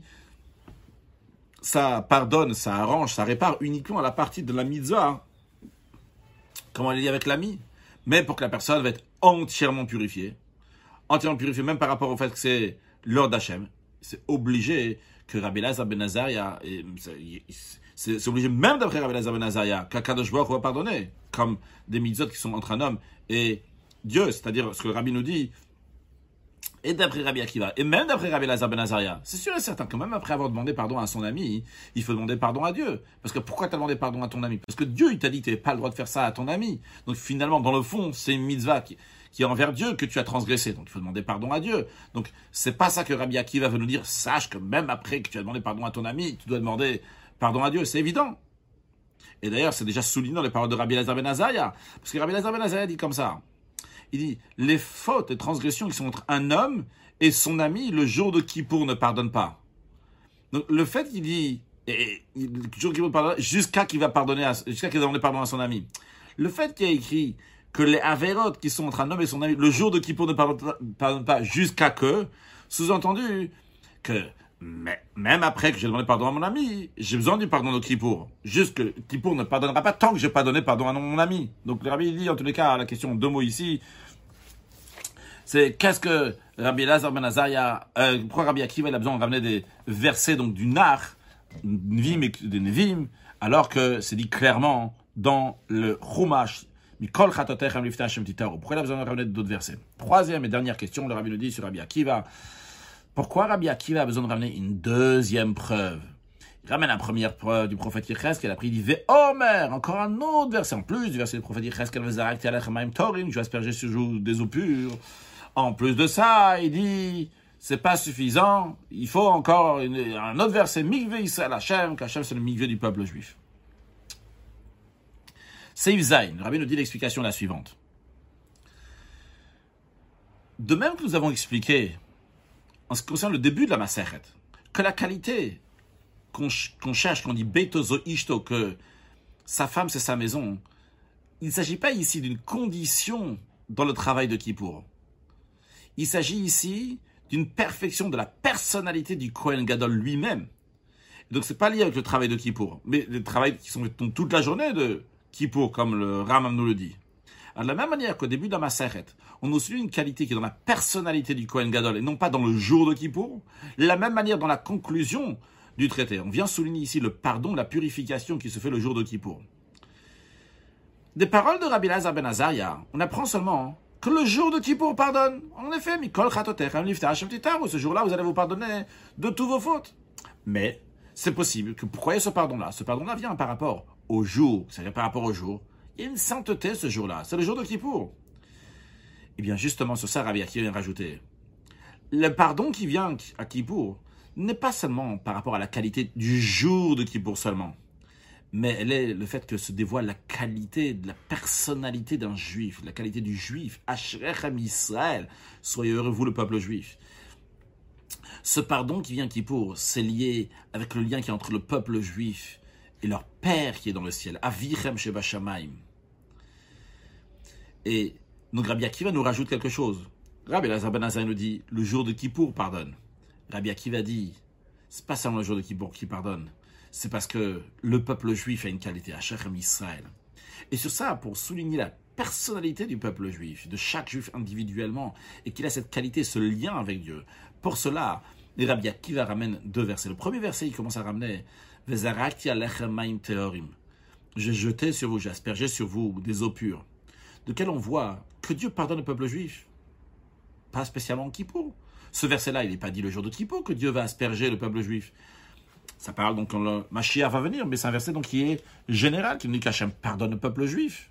ça pardonne, ça arrange, ça répare uniquement à la partie de la mitzvah. Comment elle est liée avec l'ami? Mais pour que la personne va être entièrement purifiée, même par rapport au fait que c'est l'ordre d'Hachem, c'est obligé que Rabbi Elazar ben Azariah, c'est obligé même d'après Rabbi Elazar ben Azariah, qu'Akadosh Baruch Hu va pardonner, comme des mitzvot qui sont entre un homme et Dieu, c'est-à-dire ce que le Rabbi nous dit, et d'après Rabbi Akiva, et même d'après Rabbi Elazar ben Azariah, c'est sûr et certain que même après avoir demandé pardon à son ami, il faut demander pardon à Dieu. Parce que pourquoi tu as demandé pardon à ton ami? Parce que Dieu, il t'a dit que tu n'avais pas le droit de faire ça à ton ami. Donc finalement, dans le fond, c'est une mitzvah qui est envers Dieu que tu as transgressé. Donc il faut demander pardon à Dieu. Donc c'est pas ça que Rabbi Akiva veut nous dire. Sache que même après que tu as demandé pardon à ton ami, tu dois demander pardon à Dieu. C'est évident. Et d'ailleurs, c'est déjà souligné dans les paroles de Rabbi Elazar ben Azariah. Parce que Rabbi Elazar ben Azariah dit comme ça. Il dit, les fautes et transgressions qui sont entre un homme et son ami, le jour de Kippour ne pardonne pas. Donc le fait qu'il dit, le jour de Kippour ne pardonne pas, jusqu'à qu'il va demander pardon à son ami. Le fait qu'il y a écrit que les avérotes qui sont entre un homme et son ami, le jour de Kippour ne pardonne pas jusqu'à que, sous-entendu que même après que j'ai demandé pardon à mon ami, j'ai besoin du pardon de Kippour. Juste que Kippour ne pardonnera pas tant que je n'ai pas donné pardon à mon ami. Donc le Rabbi dit en tous les cas, la question, deux mots ici, c'est qu'est-ce que Rabbi Elazar ben Azariah, pourquoi Rabbi Akiva il a besoin de ramener des versets donc du Nar, Nevim et des Nevim, alors que c'est dit clairement dans le Chumash, Mikol Chatotechem Lifnei Hashem Titaru. Pourquoi il a besoin de ramener d'autres versets? Troisième et dernière question, le Rabbi nous dit sur Rabbi Akiva. Pourquoi Rabbi Akiva a besoin de ramener une deuxième preuve? Il ramène la première preuve du prophète Yecheskel, après il dit Ve'omer, encore un autre verset en plus du verset du prophète Yecheskel, Ve'zarakti alechem ma'im torim, je vais asperger sur vous des eaux pures. En plus de ça, il dit, c'est pas suffisant, il faut encore un autre verset, Mikve Yisrael Hashem, qu'Hashem c'est le Mikve du peuple juif. Seif Zayin, le Rabbi nous dit l'explication la suivante. De même que nous avons expliqué, en ce qui concerne le début de la Masechet, que la qualité qu'on cherche, qu'on dit Beitozo Ishto, que sa femme c'est sa maison, il ne s'agit pas ici d'une condition dans le travail de Kippour. Il s'agit ici d'une perfection de la personnalité du Kohen Gadol lui-même. Donc c'est pas lié avec le travail de Kippour, mais le travail qui sont toute la journée de Kippour, comme le Rambam nous le dit. Alors, de la même manière qu'au début de la Masechet, on nous souligne une qualité qui est dans la personnalité du Kohen Gadol et non pas dans le jour de Kippour, de la même manière dans la conclusion du traité. On vient souligner ici le pardon, la purification qui se fait le jour de Kippour. Des paroles de Rabbi Elazar ben Azaria, on apprend seulement que le jour de Kippour pardonne. En effet, Mikol Chatotechem Lifnei Hashem Titaru, ce jour-là, vous allez vous pardonner de tous vos fautes. Mais c'est possible que pourquoi il y a ce pardon-là? Ce pardon-là vient par rapport au jour, c'est-à-dire par rapport au jour. Il y a une sainteté ce jour-là, c'est le jour de Kippour. Et bien justement, sur ça, Rabbi Akiva vient rajouter. Le pardon qui vient à Kippour n'est pas seulement par rapport à la qualité du jour de Kippour seulement, mais elle est le fait que se dévoile la qualité de la personnalité d'un juif, la qualité du juif. Ashrechem Israël, soyez heureux vous le peuple juif. Ce pardon qui vient à Kippour, c'est lié avec le lien qui est entre le peuple juif et leur Père qui est dans le ciel, Avichem Sheba Shamayim. Et donc Rabbi Akiva nous rajoute quelque chose. Rabbi Elazar ben Azaria nous dit, le jour de Kippour pardonne. Rabbi Akiva dit, c'est pas seulement le jour de Kippour qui pardonne, c'est parce que le peuple juif a une qualité, Ashrechem Israël. Et sur ça, pour souligner la personnalité du peuple juif, de chaque juif individuellement, et qu'il a cette qualité, ce lien avec Dieu, pour cela, Rabbi Akiva ramène deux versets. Le premier verset, il commence à ramener Ve'zarakti alechem ma'im teorim. J'ai jeté sur vous, j'ai aspergé sur vous des eaux pures. De quel on voit que Dieu pardonne le peuple juif. Pas spécialement en Kippour. Ce verset-là, il n'est pas dit le jour de Kippour que Dieu va asperger le peuple juif. Ça parle donc quand le Mashiach va venir, mais c'est un verset donc qui est général, qui nous dit qu'Hachem pardonne le peuple juif.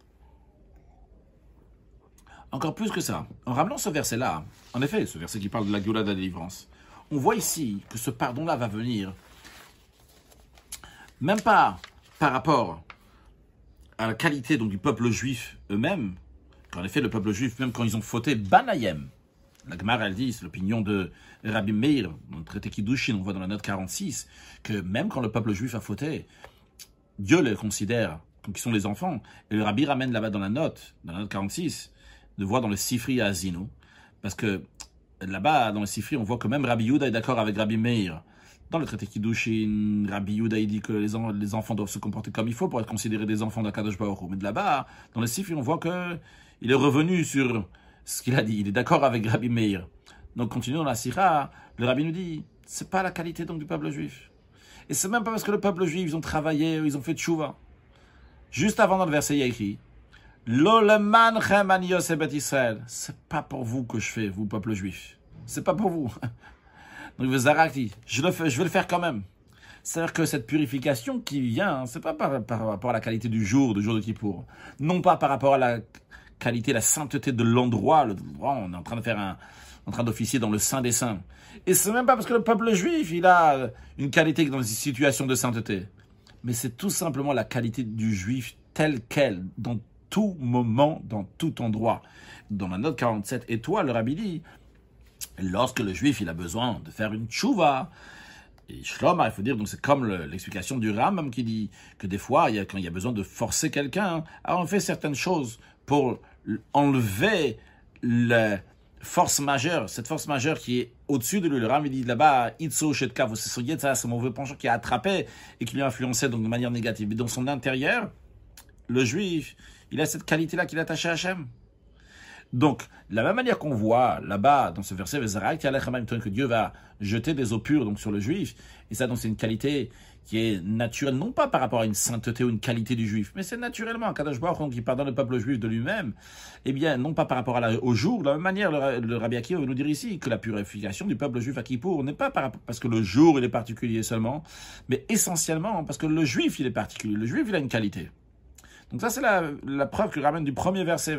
Encore plus que ça, en ramenant ce verset-là, en effet, ce verset qui parle de la Géoula de la délivrance, on voit ici que ce pardon-là va venir même pas par rapport à la qualité donc, du peuple juif eux-mêmes, qu'en effet le peuple juif, même quand ils ont fauté, Banayem, la Gemara elle dit, c'est l'opinion de Rabbi Meir, dans le traité Kiddushin, on voit dans la note 46, que même quand le peuple juif a fauté, Dieu les considère comme qui sont les enfants, et le Rabbi ramène là-bas dans la note 46, de voir dans le Sifri à Azinu, parce que là-bas, dans le Sifri, on voit que même Rabbi Yehuda est d'accord avec Rabbi Meir. Dans le traité Kiddushin, Rabbi Yehuda il dit que les enfants doivent se comporter comme il faut pour être considérés des enfants d'Akadosh Baruch Hu. Mais de là-bas, dans le Sifri, on voit que il est revenu sur ce qu'il a dit. Il est d'accord avec Rabbi Meir. Donc, continuons dans la Sira, le Rabbi nous dit, c'est pas la qualité donc du peuple juif. Et c'est même pas parce que le peuple juif, ils ont travaillé, ils ont fait tchouva. Juste avant dans le verset, il y a écrit, L'olemanchem an Yosef bet Israël. C'est pas pour vous que je fais, vous, peuple juif. C'est pas pour vous. Donc, je vais le faire quand même. C'est-à-dire que cette purification qui vient, c'est pas par rapport à la qualité du jour de Kippour. Non pas par rapport à la qualité, la sainteté de l'endroit. On est en train d'officier dans le Saint des Saints. Et c'est même pas parce que le peuple juif, il a une qualité dans une situation de sainteté. Mais c'est tout simplement la qualité du juif telle qu'elle, dans tout moment, dans tout endroit. Dans la note 47, et toi, le Rabbi dit, lorsque le juif il a besoin de faire une tchouva, et Shlomar, il faut dire, donc c'est comme l'explication du Rambam qui dit que des fois, quand il y a besoin de forcer quelqu'un, alors on fait certaines choses pour enlever la force majeure, cette force majeure qui est au-dessus de lui. Le Rambam il dit là-bas, Itzo Shetka, c'est son Yetzirah, c'est mon mauvais penchant qui a attrapé et qui lui a influencé donc de manière négative. Mais dans son intérieur, le juif, il a cette qualité-là qu'il est attaché à Hachem. Donc, de la même manière qu'on voit là-bas, dans ce verset, que Dieu va jeter des eaux pures donc, sur le juif, et ça, donc, c'est une qualité qui est naturelle, non pas par rapport à une sainteté ou une qualité du juif, mais c'est naturellement, Kadosh Baruch Hu, qui pardonne le peuple juif de lui-même, eh bien, non pas par rapport au jour, de la même manière, le Rabbi Akiva veut nous dire ici que la purification du peuple juif à Kippour n'est pas parce que le jour, il est particulier seulement, mais essentiellement parce que le juif, il est particulier, le juif, il a une qualité. Donc ça, c'est la preuve que ramène du premier verset,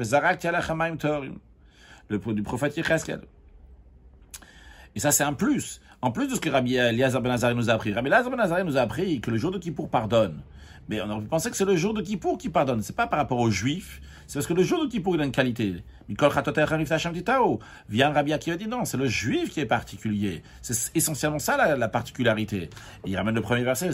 du prophète Yecheskel. Et ça, c'est un plus. En plus de ce que Rabbi Eliezer ben Azari nous a appris. Rabbi Eliezer ben Azari nous a appris que le jour de Kippour pardonne. Mais on aurait pu penser que c'est le jour de Kippour qui pardonne. C'est pas par rapport aux Juifs. C'est parce que le jour de Kippour, il a une qualité. Vient Rabbi Akiva dit non, c'est le Juif qui est particulier. C'est essentiellement ça la particularité. Et il ramène le premier verset,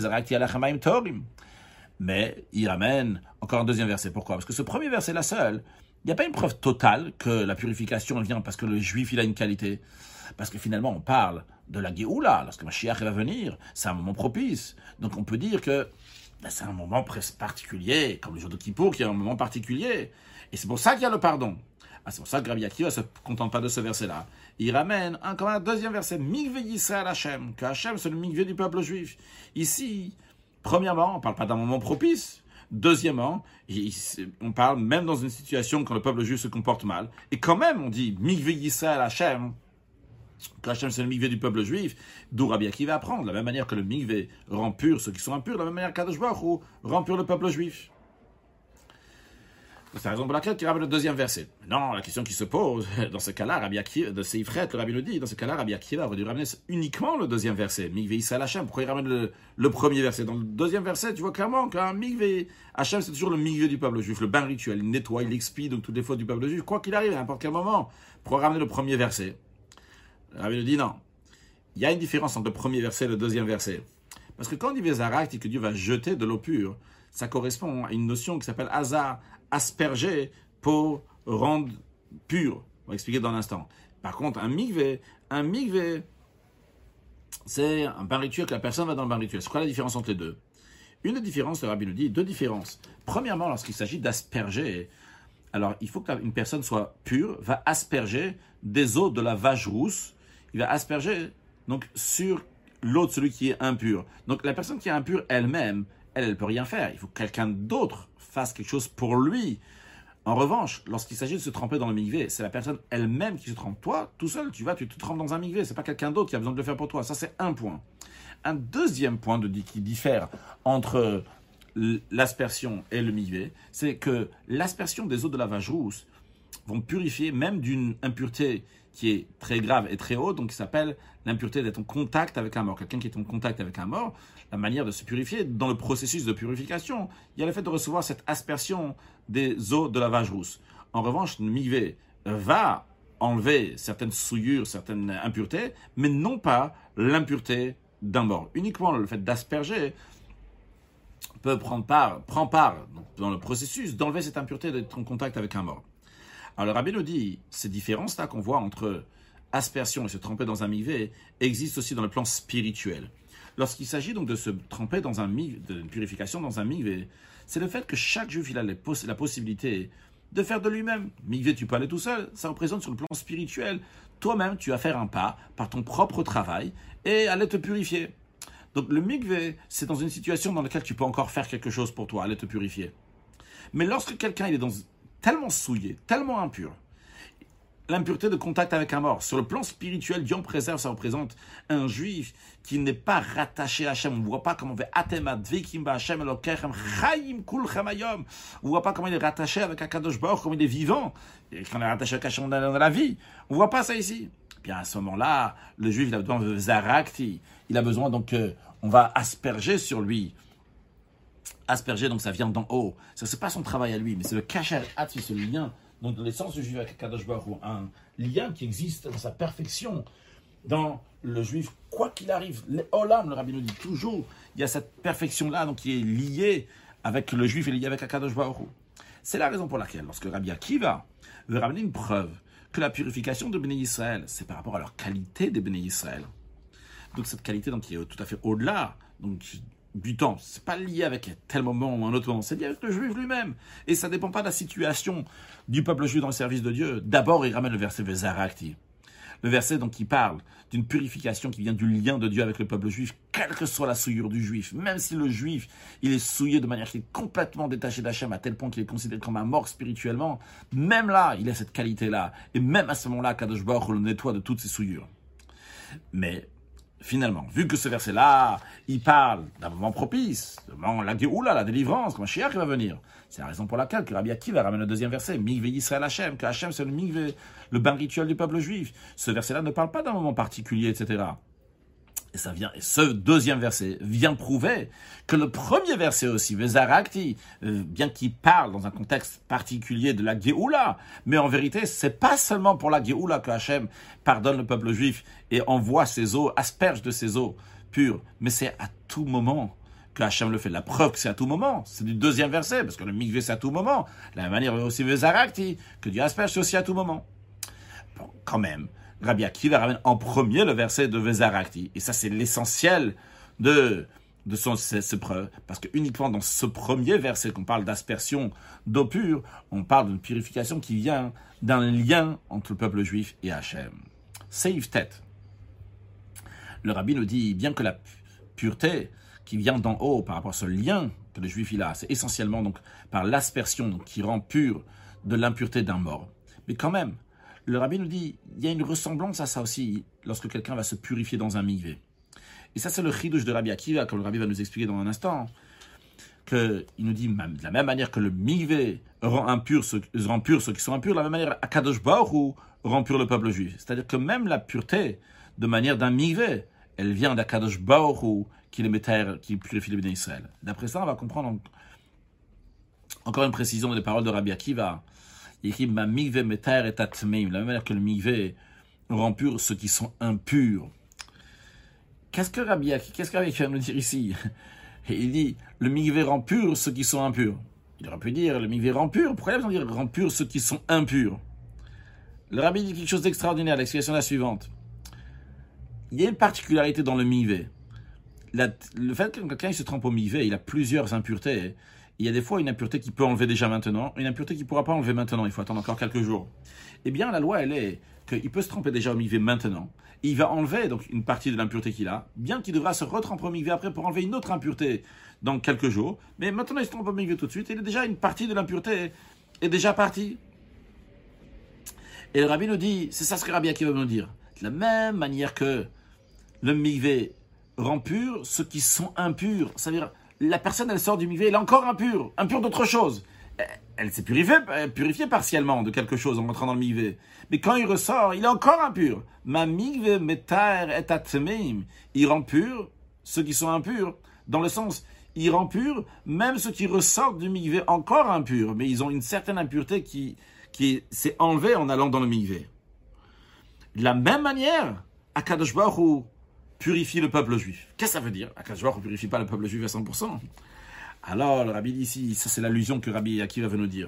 mais il ramène encore un deuxième verset. Pourquoi? Parce que ce premier verset, la seule, il n'y a pas une preuve totale que la purification vient parce que le Juif, il a une qualité. Parce que finalement, on parle de la Géoula. Lorsque Mashiach va venir, c'est un moment propice. Donc on peut dire que c'est un moment presque particulier, comme le jour de Kippour, qui est un moment particulier. Et c'est pour ça qu'il y a le pardon. C'est pour ça que Rabbi Akiva ne se contente pas de ce verset-là. Il ramène encore un deuxième verset, Mikve Yisrael Hashem, que Hashem, c'est le Mikve du peuple juif. Ici, premièrement, on ne parle pas d'un moment propice. Deuxièmement, on parle même dans une situation quand le peuple juif se comporte mal. Et quand même, on dit Mikve Yisrael Hashem, qu'Hachem c'est le mikvé du peuple juif, d'où Rabbi Akiva va apprendre. De la même manière que le mikvé rend pur ceux qui sont impurs, de la même manière qu'Kadosh Baruch Hu rend pur le peuple juif. C'est la raison pour laquelle il ramène le deuxième verset. Non, la question qui se pose, dans ce cas-là, Rabbi Akiva, de Seifret, le Rabbi le dit, dans ce cas-là, Rabbi Akiva aurait dû ramener uniquement le deuxième verset, mikvé Yisrael Hachem. Pourquoi il ramène le premier verset? Dans le deuxième verset, tu vois clairement qu'un mikvé Hachem, c'est toujours le mikvé du peuple juif, le bain rituel, il nettoie, il expie donc toutes les fautes du peuple juif, quoi qu'il arrive, à n'importe quel moment. Pourquoi ramener le premier verset? Rabbi nous dit non. Il y a une différence entre le premier verset et le deuxième verset. Parce que quand on dit Vézarak, que Dieu va jeter de l'eau pure, ça correspond à une notion qui s'appelle Hazar, asperger pour rendre pur. On va expliquer dans l'instant. Par contre, un mikvé, c'est un bain rituel que la personne va dans le bain rituel. C'est quoi la différence entre les deux? Une différence, le Rabbi nous dit, deux différences. Premièrement, lorsqu'il s'agit d'asperger, alors il faut qu'une personne soit pure, va asperger des eaux de la vache rousse. Il va asperger donc sur l'eau de celui qui est impur. Donc la personne qui est impure elle-même, elle ne peut rien faire. Il faut que quelqu'un d'autre fasse quelque chose pour lui. En revanche, lorsqu'il s'agit de se tremper dans le mikvé, c'est la personne elle-même qui se trempe. Toi, tout seul, tu te trempes dans un mikvé. C'est pas quelqu'un d'autre qui a besoin de le faire pour toi. Ça, c'est un point. Un deuxième point qui diffère entre l'aspersion et le mikvé, c'est que l'aspersion des eaux de la vache rousse vont purifier même d'une impureté qui est très grave et très haute, donc qui s'appelle l'impureté d'être en contact avec un mort. Quelqu'un qui est en contact avec un mort, la manière de se purifier, dans le processus de purification, il y a le fait de recevoir cette aspersion des eaux de la vache rousse. En revanche, le mikvé va enlever certaines souillures, certaines impuretés, mais non pas l'impureté d'un mort. Uniquement le fait d'asperger prend part dans le processus d'enlever cette impureté d'être en contact avec un mort. Alors le Rabbi nous dit, ces différences-là qu'on voit entre aspersion et se tremper dans un mikvé existent aussi dans le plan spirituel. Lorsqu'il s'agit donc de se tremper dans d'une purification dans un mikvé, c'est le fait que chaque juif il a la possibilité de faire de lui-même. Mikvé, tu peux aller tout seul, ça représente sur le plan spirituel. Toi-même, tu vas faire un pas par ton propre travail et aller te purifier. Donc le mikvé, c'est dans une situation dans laquelle tu peux encore faire quelque chose pour toi, aller te purifier. Mais lorsque quelqu'un il est tellement souillé, tellement impur, l'impureté de contact avec un mort, sur le plan spirituel, Dieu en préserve, ça représente un juif qui n'est pas rattaché à Hachem. On ne voit pas comment on fait Atema Dvikim Hachem Elokechem Chaim Kulchem Hayom. On ne voit pas comment il est rattaché avec Akadosh Baruch, comment il est vivant. Et quand on est rattaché avec Hachem dans la vie, on ne voit pas ça ici. Bien à ce moment-là, le juif il a besoin de Zarakti. Il a besoin donc on va asperger sur lui. Asperger, donc ça vient d'en haut. Ça, c'est pas son travail à lui, mais c'est le kasher hatzi, c'est le lien. Donc, dans l'essence du juif avec Kadosh Baruch Hu, un lien qui existe dans sa perfection dans le juif, quoi qu'il arrive. Le Olam, le Rabbi nous dit toujours, il y a cette perfection-là, donc qui est liée avec le juif et liée avec Kadosh Baruch Hu. C'est la raison pour laquelle, lorsque Rabbi Akiva veut ramener une preuve que la purification de Béné Israël, c'est par rapport à leur qualité des Béné Israël. Donc, cette qualité donc, qui est tout à fait au-delà, donc du temps. C'est pas lié avec tel moment ou un autre moment, c'est lié avec le juif lui-même. Et ça dépend pas de la situation du peuple juif dans le service de Dieu. D'abord, il ramène le verset Vezarakti. Le verset donc qui parle d'une purification qui vient du lien de Dieu avec le peuple juif, quelle que soit la souillure du juif, même si le juif, il est souillé de manière qui est complètement détachée d'Hachem à tel point qu'il est considéré comme un mort spirituellement, même là, il a cette qualité-là. Et même à ce moment-là, Kadosh Baruch Hu le nettoie de toutes ses souillures. Mais finalement, vu que ce verset-là, il parle d'un moment propice, la Géoula, la délivrance, comme un Mashiach qui va venir. C'est la raison pour laquelle que Rabbi Akiva ramène le deuxième verset, Mikveh Yisrael Hashem, que Hashem c'est le Mikveh, le bain rituel du peuple juif. Ce verset-là ne parle pas d'un moment particulier, etc. Et ce deuxième verset vient prouver que le premier verset aussi, Vezarakti, bien qu'il parle dans un contexte particulier de la Géoula, mais en vérité, c'est pas seulement pour la Géoula que Hachem pardonne le peuple juif et envoie ses eaux, asperge de ses eaux pures, mais c'est à tout moment que Hachem le fait. La preuve que c'est à tout moment, c'est du deuxième verset, parce que le mikveh c'est à tout moment. De la même manière aussi Vezarakti, que Dieu asperge, c'est aussi à tout moment. Bon, quand même, Rabbi Akiva ramène en premier le verset de Vezarakti. Et ça, c'est l'essentiel de ces preuves. Parce que uniquement dans ce premier verset qu'on parle d'aspersion d'eau pure, on parle d'une purification qui vient d'un lien entre le peuple juif et Hachem. Seif tête. Le rabbi nous dit, bien que la pureté qui vient d'en haut par rapport à ce lien que le juif il a, c'est essentiellement donc par l'aspersion qui rend pure de l'impureté d'un mort. Mais quand même, le rabbi nous dit, il y a une ressemblance à ça aussi lorsque quelqu'un va se purifier dans un mikveh. Et ça, c'est le chidouche de Rabbi Akiva, comme le rabbi va nous expliquer dans un instant, qu'il nous dit, de la même manière que le mikveh rend pur ceux qui sont impurs, de la même manière, Akadosh Baruch Hu rend pur le peuple juif. C'est-à-dire que même la pureté, de manière d'un mikveh, elle vient d'Akadosh Baruch Hu, qui purifie les béné Israël. D'après ça, on va comprendre encore une précision des paroles de Rabbi Akiva. Il écrit ma mikveh meter et tatmeim, de la même manière que le mikveh rend pur ceux qui sont impurs. Qu'est-ce que Rabbi Akiva vient nous dire ici? Et il dit le mikveh rend pur ceux qui sont impurs. Il aurait pu dire le mikveh rend pur. Pourquoi il a besoin de dire rend pur ceux qui sont impurs? Le Rabbi dit quelque chose d'extraordinaire. L'explication est la suivante. Il y a une particularité dans le mikveh. Le fait que quelqu'un se trempe au mikveh, il a plusieurs impuretés. Il y a des fois une impureté qu'il peut enlever déjà maintenant, une impureté qu'il ne pourra pas enlever maintenant, il faut attendre encore quelques jours. Eh bien, la loi, elle est qu'il peut se tremper déjà au mikveh maintenant, et il va enlever donc une partie de l'impureté qu'il a, bien qu'il devra se retremper au mikveh après pour enlever une autre impureté dans quelques jours, mais maintenant il se trempe au mikveh tout de suite, et déjà une partie de l'impureté est déjà partie. Et le rabbi nous dit, c'est ça ce que Rabbi Akiva va nous dire, de la même manière que le mikveh rend pur ceux qui sont impurs, c'est-à-dire la personne, elle sort du mikveh, elle est encore impure d'autre chose. Elle s'est purifiée partiellement de quelque chose en rentrant dans le mikveh. Mais quand il ressort, il est encore impur. Ma mikveh metar et atmeim. Il rend pur ceux qui sont impurs. Dans le sens, il rend pur même ceux qui ressortent du mikveh encore impurs. Mais ils ont une certaine impureté qui s'est enlevée en allant dans le mikveh. De la même manière, Akadosh Baruch Hu purifie le peuple juif. Qu'est-ce que ça veut dire? Akadosh Baruch Hu ne purifie pas le peuple juif à 100%. Alors, le rabbi dit ici, ça c'est l'allusion que Rabbi Akiva veut nous dire.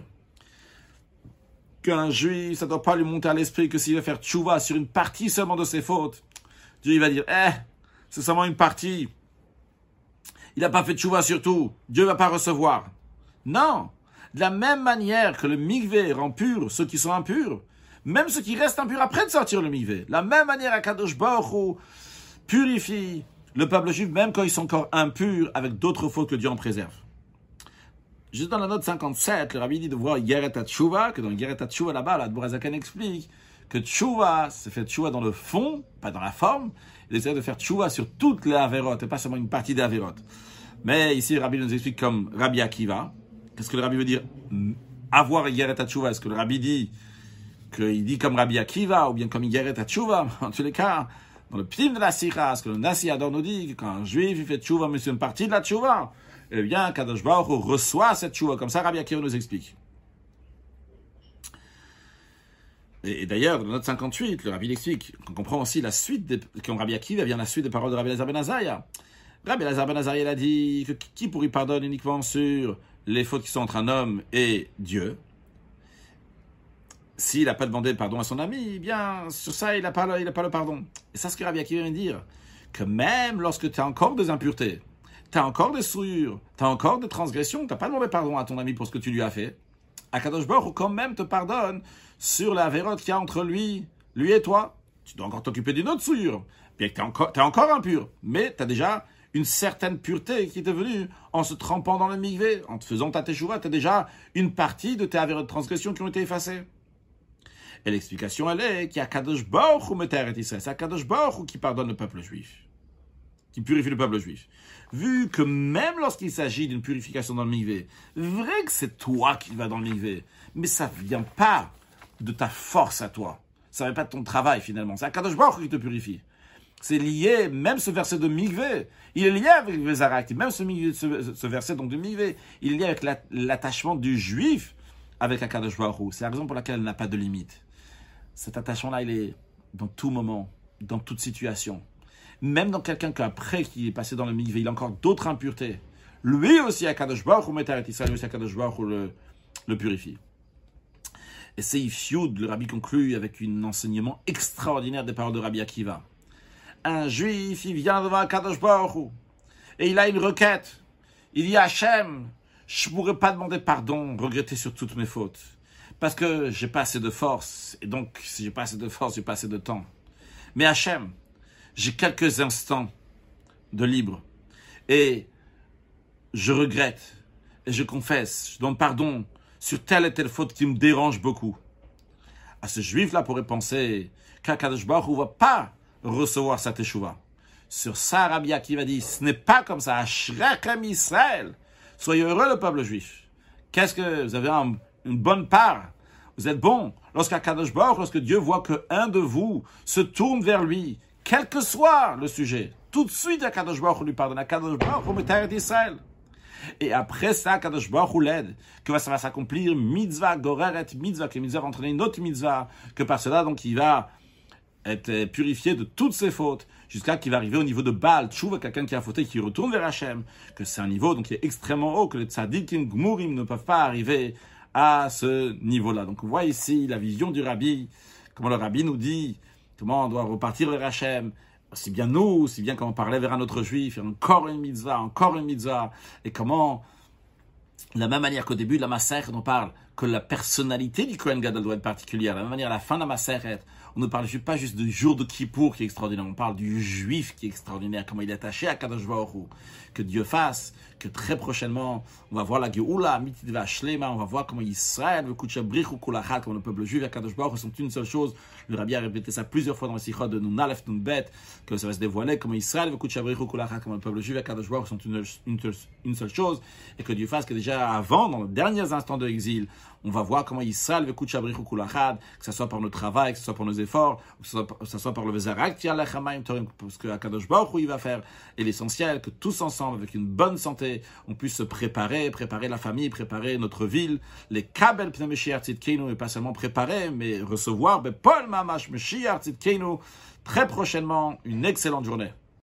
Qu'un juif, ça ne doit pas lui monter à l'esprit que s'il va faire tchouva sur une partie seulement de ses fautes, Dieu il va dire, c'est seulement une partie. Il n'a pas fait tchouva sur tout. Dieu ne va pas recevoir. Non. De la même manière que le mikveh rend pur ceux qui sont impurs, même ceux qui restent impurs après de sortir le mikveh, la même manière Akadosh Baruch Hu purifie le peuple juif, même quand ils sont encore impurs, avec d'autres fautes que Dieu en préserve. Juste dans la note 57, le rabbi dit de voir Yeret HaTshuva, que dans Yeret HaTshuva là-bas, la Bourazakan explique que Tshuva, c'est fait Tshuva dans le fond, pas dans la forme. Il essaie de faire Tshuva sur toutes les Averot, et pas seulement une partie des Averot. Mais ici, le rabbi nous explique comme Rabbi Akiva. Qu'est-ce que le rabbi veut dire? Avoir Yeret HaTshuva. Est-ce que le rabbi dit qu'il dit comme Rabbi Akiva, ou bien comme Yeret HaTshuva? En tous les cas, dans le ptim de la Sikha, ce que le Nasi Ador nous dit, que quand un juif il fait tchouva, mais c'est une partie de la tchouva, eh bien, Kadosh Baruch Hu reçoit cette tchouva. Comme ça, Rabbi Akiva nous explique. Et d'ailleurs, dans la note 58, le Rabbi explique qu'on comprend aussi la suite, quand Rabbi Akiva vient la suite des paroles de Rabbi Elazar ben Azariah. Rabbi Elazar ben Azariah a dit que qui pourrait pardonner uniquement sur les fautes qui sont entre un homme et Dieu. S'il n'a pas demandé pardon à son ami, eh bien, sur ça, il n'a pas le pardon. Et ça, ce que Rabbi Akiva vient de dire, que même lorsque tu as encore des impuretés, tu as encore des souillures, tu as encore des transgressions, tu n'as pas demandé pardon à ton ami pour ce que tu lui as fait. Akadosh Baruch Hu quand même te pardonne sur la vérote qu'il y a entre lui et toi. Tu dois encore t'occuper d'une autre souillure, bien que tu es encore impur, mais tu as déjà une certaine pureté qui est venue en se trempant dans le mikvé, en te faisant ta teshuva, tu as déjà une partie de tes avérotes de transgression qui ont été effacées. Et l'explication, elle est qu'il y a Kadosh Baruch Hu meter et Israël. C'est Kadosh Baruch Hu qui pardonne le peuple juif, qui purifie le peuple juif. Vu que même lorsqu'il s'agit d'une purification dans le mikvé, vrai que c'est toi qui vas dans le mikvé, mais ça ne vient pas de ta force à toi. Ça ne vient pas de ton travail finalement. C'est Kadosh Baruch Hu qui te purifie. C'est lié, même ce verset de mikvé, il est lié avec les Zarak. Même ce verset donc de mikvé, il est lié avec l'attachement du juif avec Akadosh Baruch Hu. C'est la raison pour laquelle elle n'a pas de limite. Cet attachement-là, il est dans tout moment, dans toute situation. Même dans quelqu'un qu'après qui est passé dans le mikvé, il a encore d'autres impuretés. Lui aussi, Akadosh Baruch Hu meter et Israël, lui aussi, Akadosh Baruch Hu le purifie. Et Seif Yud, le rabbi conclut avec un enseignement extraordinaire des paroles de Rabbi Akiva. Un juif, il vient devant Akadosh Baruch Hu, et il a une requête. Il dit, Hachem, je ne pourrais pas demander pardon, regretter sur toutes mes fautes. Parce que j'ai pas assez de force. Et donc, si j'ai pas assez de force, j'ai pas assez de temps. Mais Hachem, j'ai quelques instants de libre. Et je regrette. Et je confesse. Je demande pardon sur telle et telle faute qui me dérange beaucoup. À ce juif-là pourrait penser qu'Akadosh Baruch Hu ne va pas recevoir sa teshuva. Sur ça, Rabbi Akiva dit, ce n'est pas comme ça. Ashrechem Israël. Soyez heureux, le peuple juif. Qu'est-ce que vous avez une bonne part? Vous êtes bon. Lorsque Dieu voit qu'un de vous se tourne vers lui, quel que soit le sujet, tout de suite, Akadosh Baruch Hu lui pardonne. Akadosh Baruch Hu meter d'Israël. Et après ça, Akadosh Baruch Hu l'aide, que ça va s'accomplir mitzvah, goreret mitzvah, que les mitzvahs vont entraîner une autre mitzvah, que par cela, donc, il va être purifié de toutes ses fautes, jusqu'à qu'il va arriver au niveau de Baal Tshuva, quelqu'un qui a fauté, qui retourne vers Hachem, que c'est un niveau donc qui est extrêmement haut, que les tzadikim, gmurim ne peuvent pas arriver à ce niveau-là. Donc on voit ici la vision du rabbi, comment le rabbi nous dit, comment on doit repartir vers Hachem, aussi bien nous, aussi bien quand on parlait vers un autre juif, et encore une mitzvah, et comment, de la même manière qu'au début de la Maseret, on parle que la personnalité du Kohen Gadol doit être particulière, de la même manière à la fin de la Maseret, on ne parle pas juste du jour de Kippour qui est extraordinaire, on parle du juif qui est extraordinaire, comment il est attaché à Kadosh Baruch Hu. Que Dieu fasse, que très prochainement, on va voir la Geoula, Mitidva Shlema, on va voir comment Israël, Vekuchabrichu Kulachat, comment le peuple juif et Kadosh Baruch Hu sont une seule chose. Le Rabbi a répété ça plusieurs fois dans le Sichot de Nun Aleph, Nun Bet, que ça va se dévoiler, comment Israël, Vekuchabrichu Kulachat, comment le peuple juif et Kadosh Baruch Hu sont une seule chose, et que Dieu fasse que déjà avant, dans les derniers instants de l'exil, on va voir comment Israël veut Kuchabrichu Kulachad, que ce soit par nos travail, que ce soit par nos efforts, que ce soit par le Vezarak, parce que Akadosh Baruch Hu il va faire. Et l'essentiel, que tous ensemble, avec une bonne santé, on puisse se préparer la famille, préparer notre ville, les Kabel Pnei Mashiach Tzidkeinu, et pas seulement préparer, mais recevoir, Paul Mamash Mashiach Tzidkeinu, très prochainement, une excellente journée.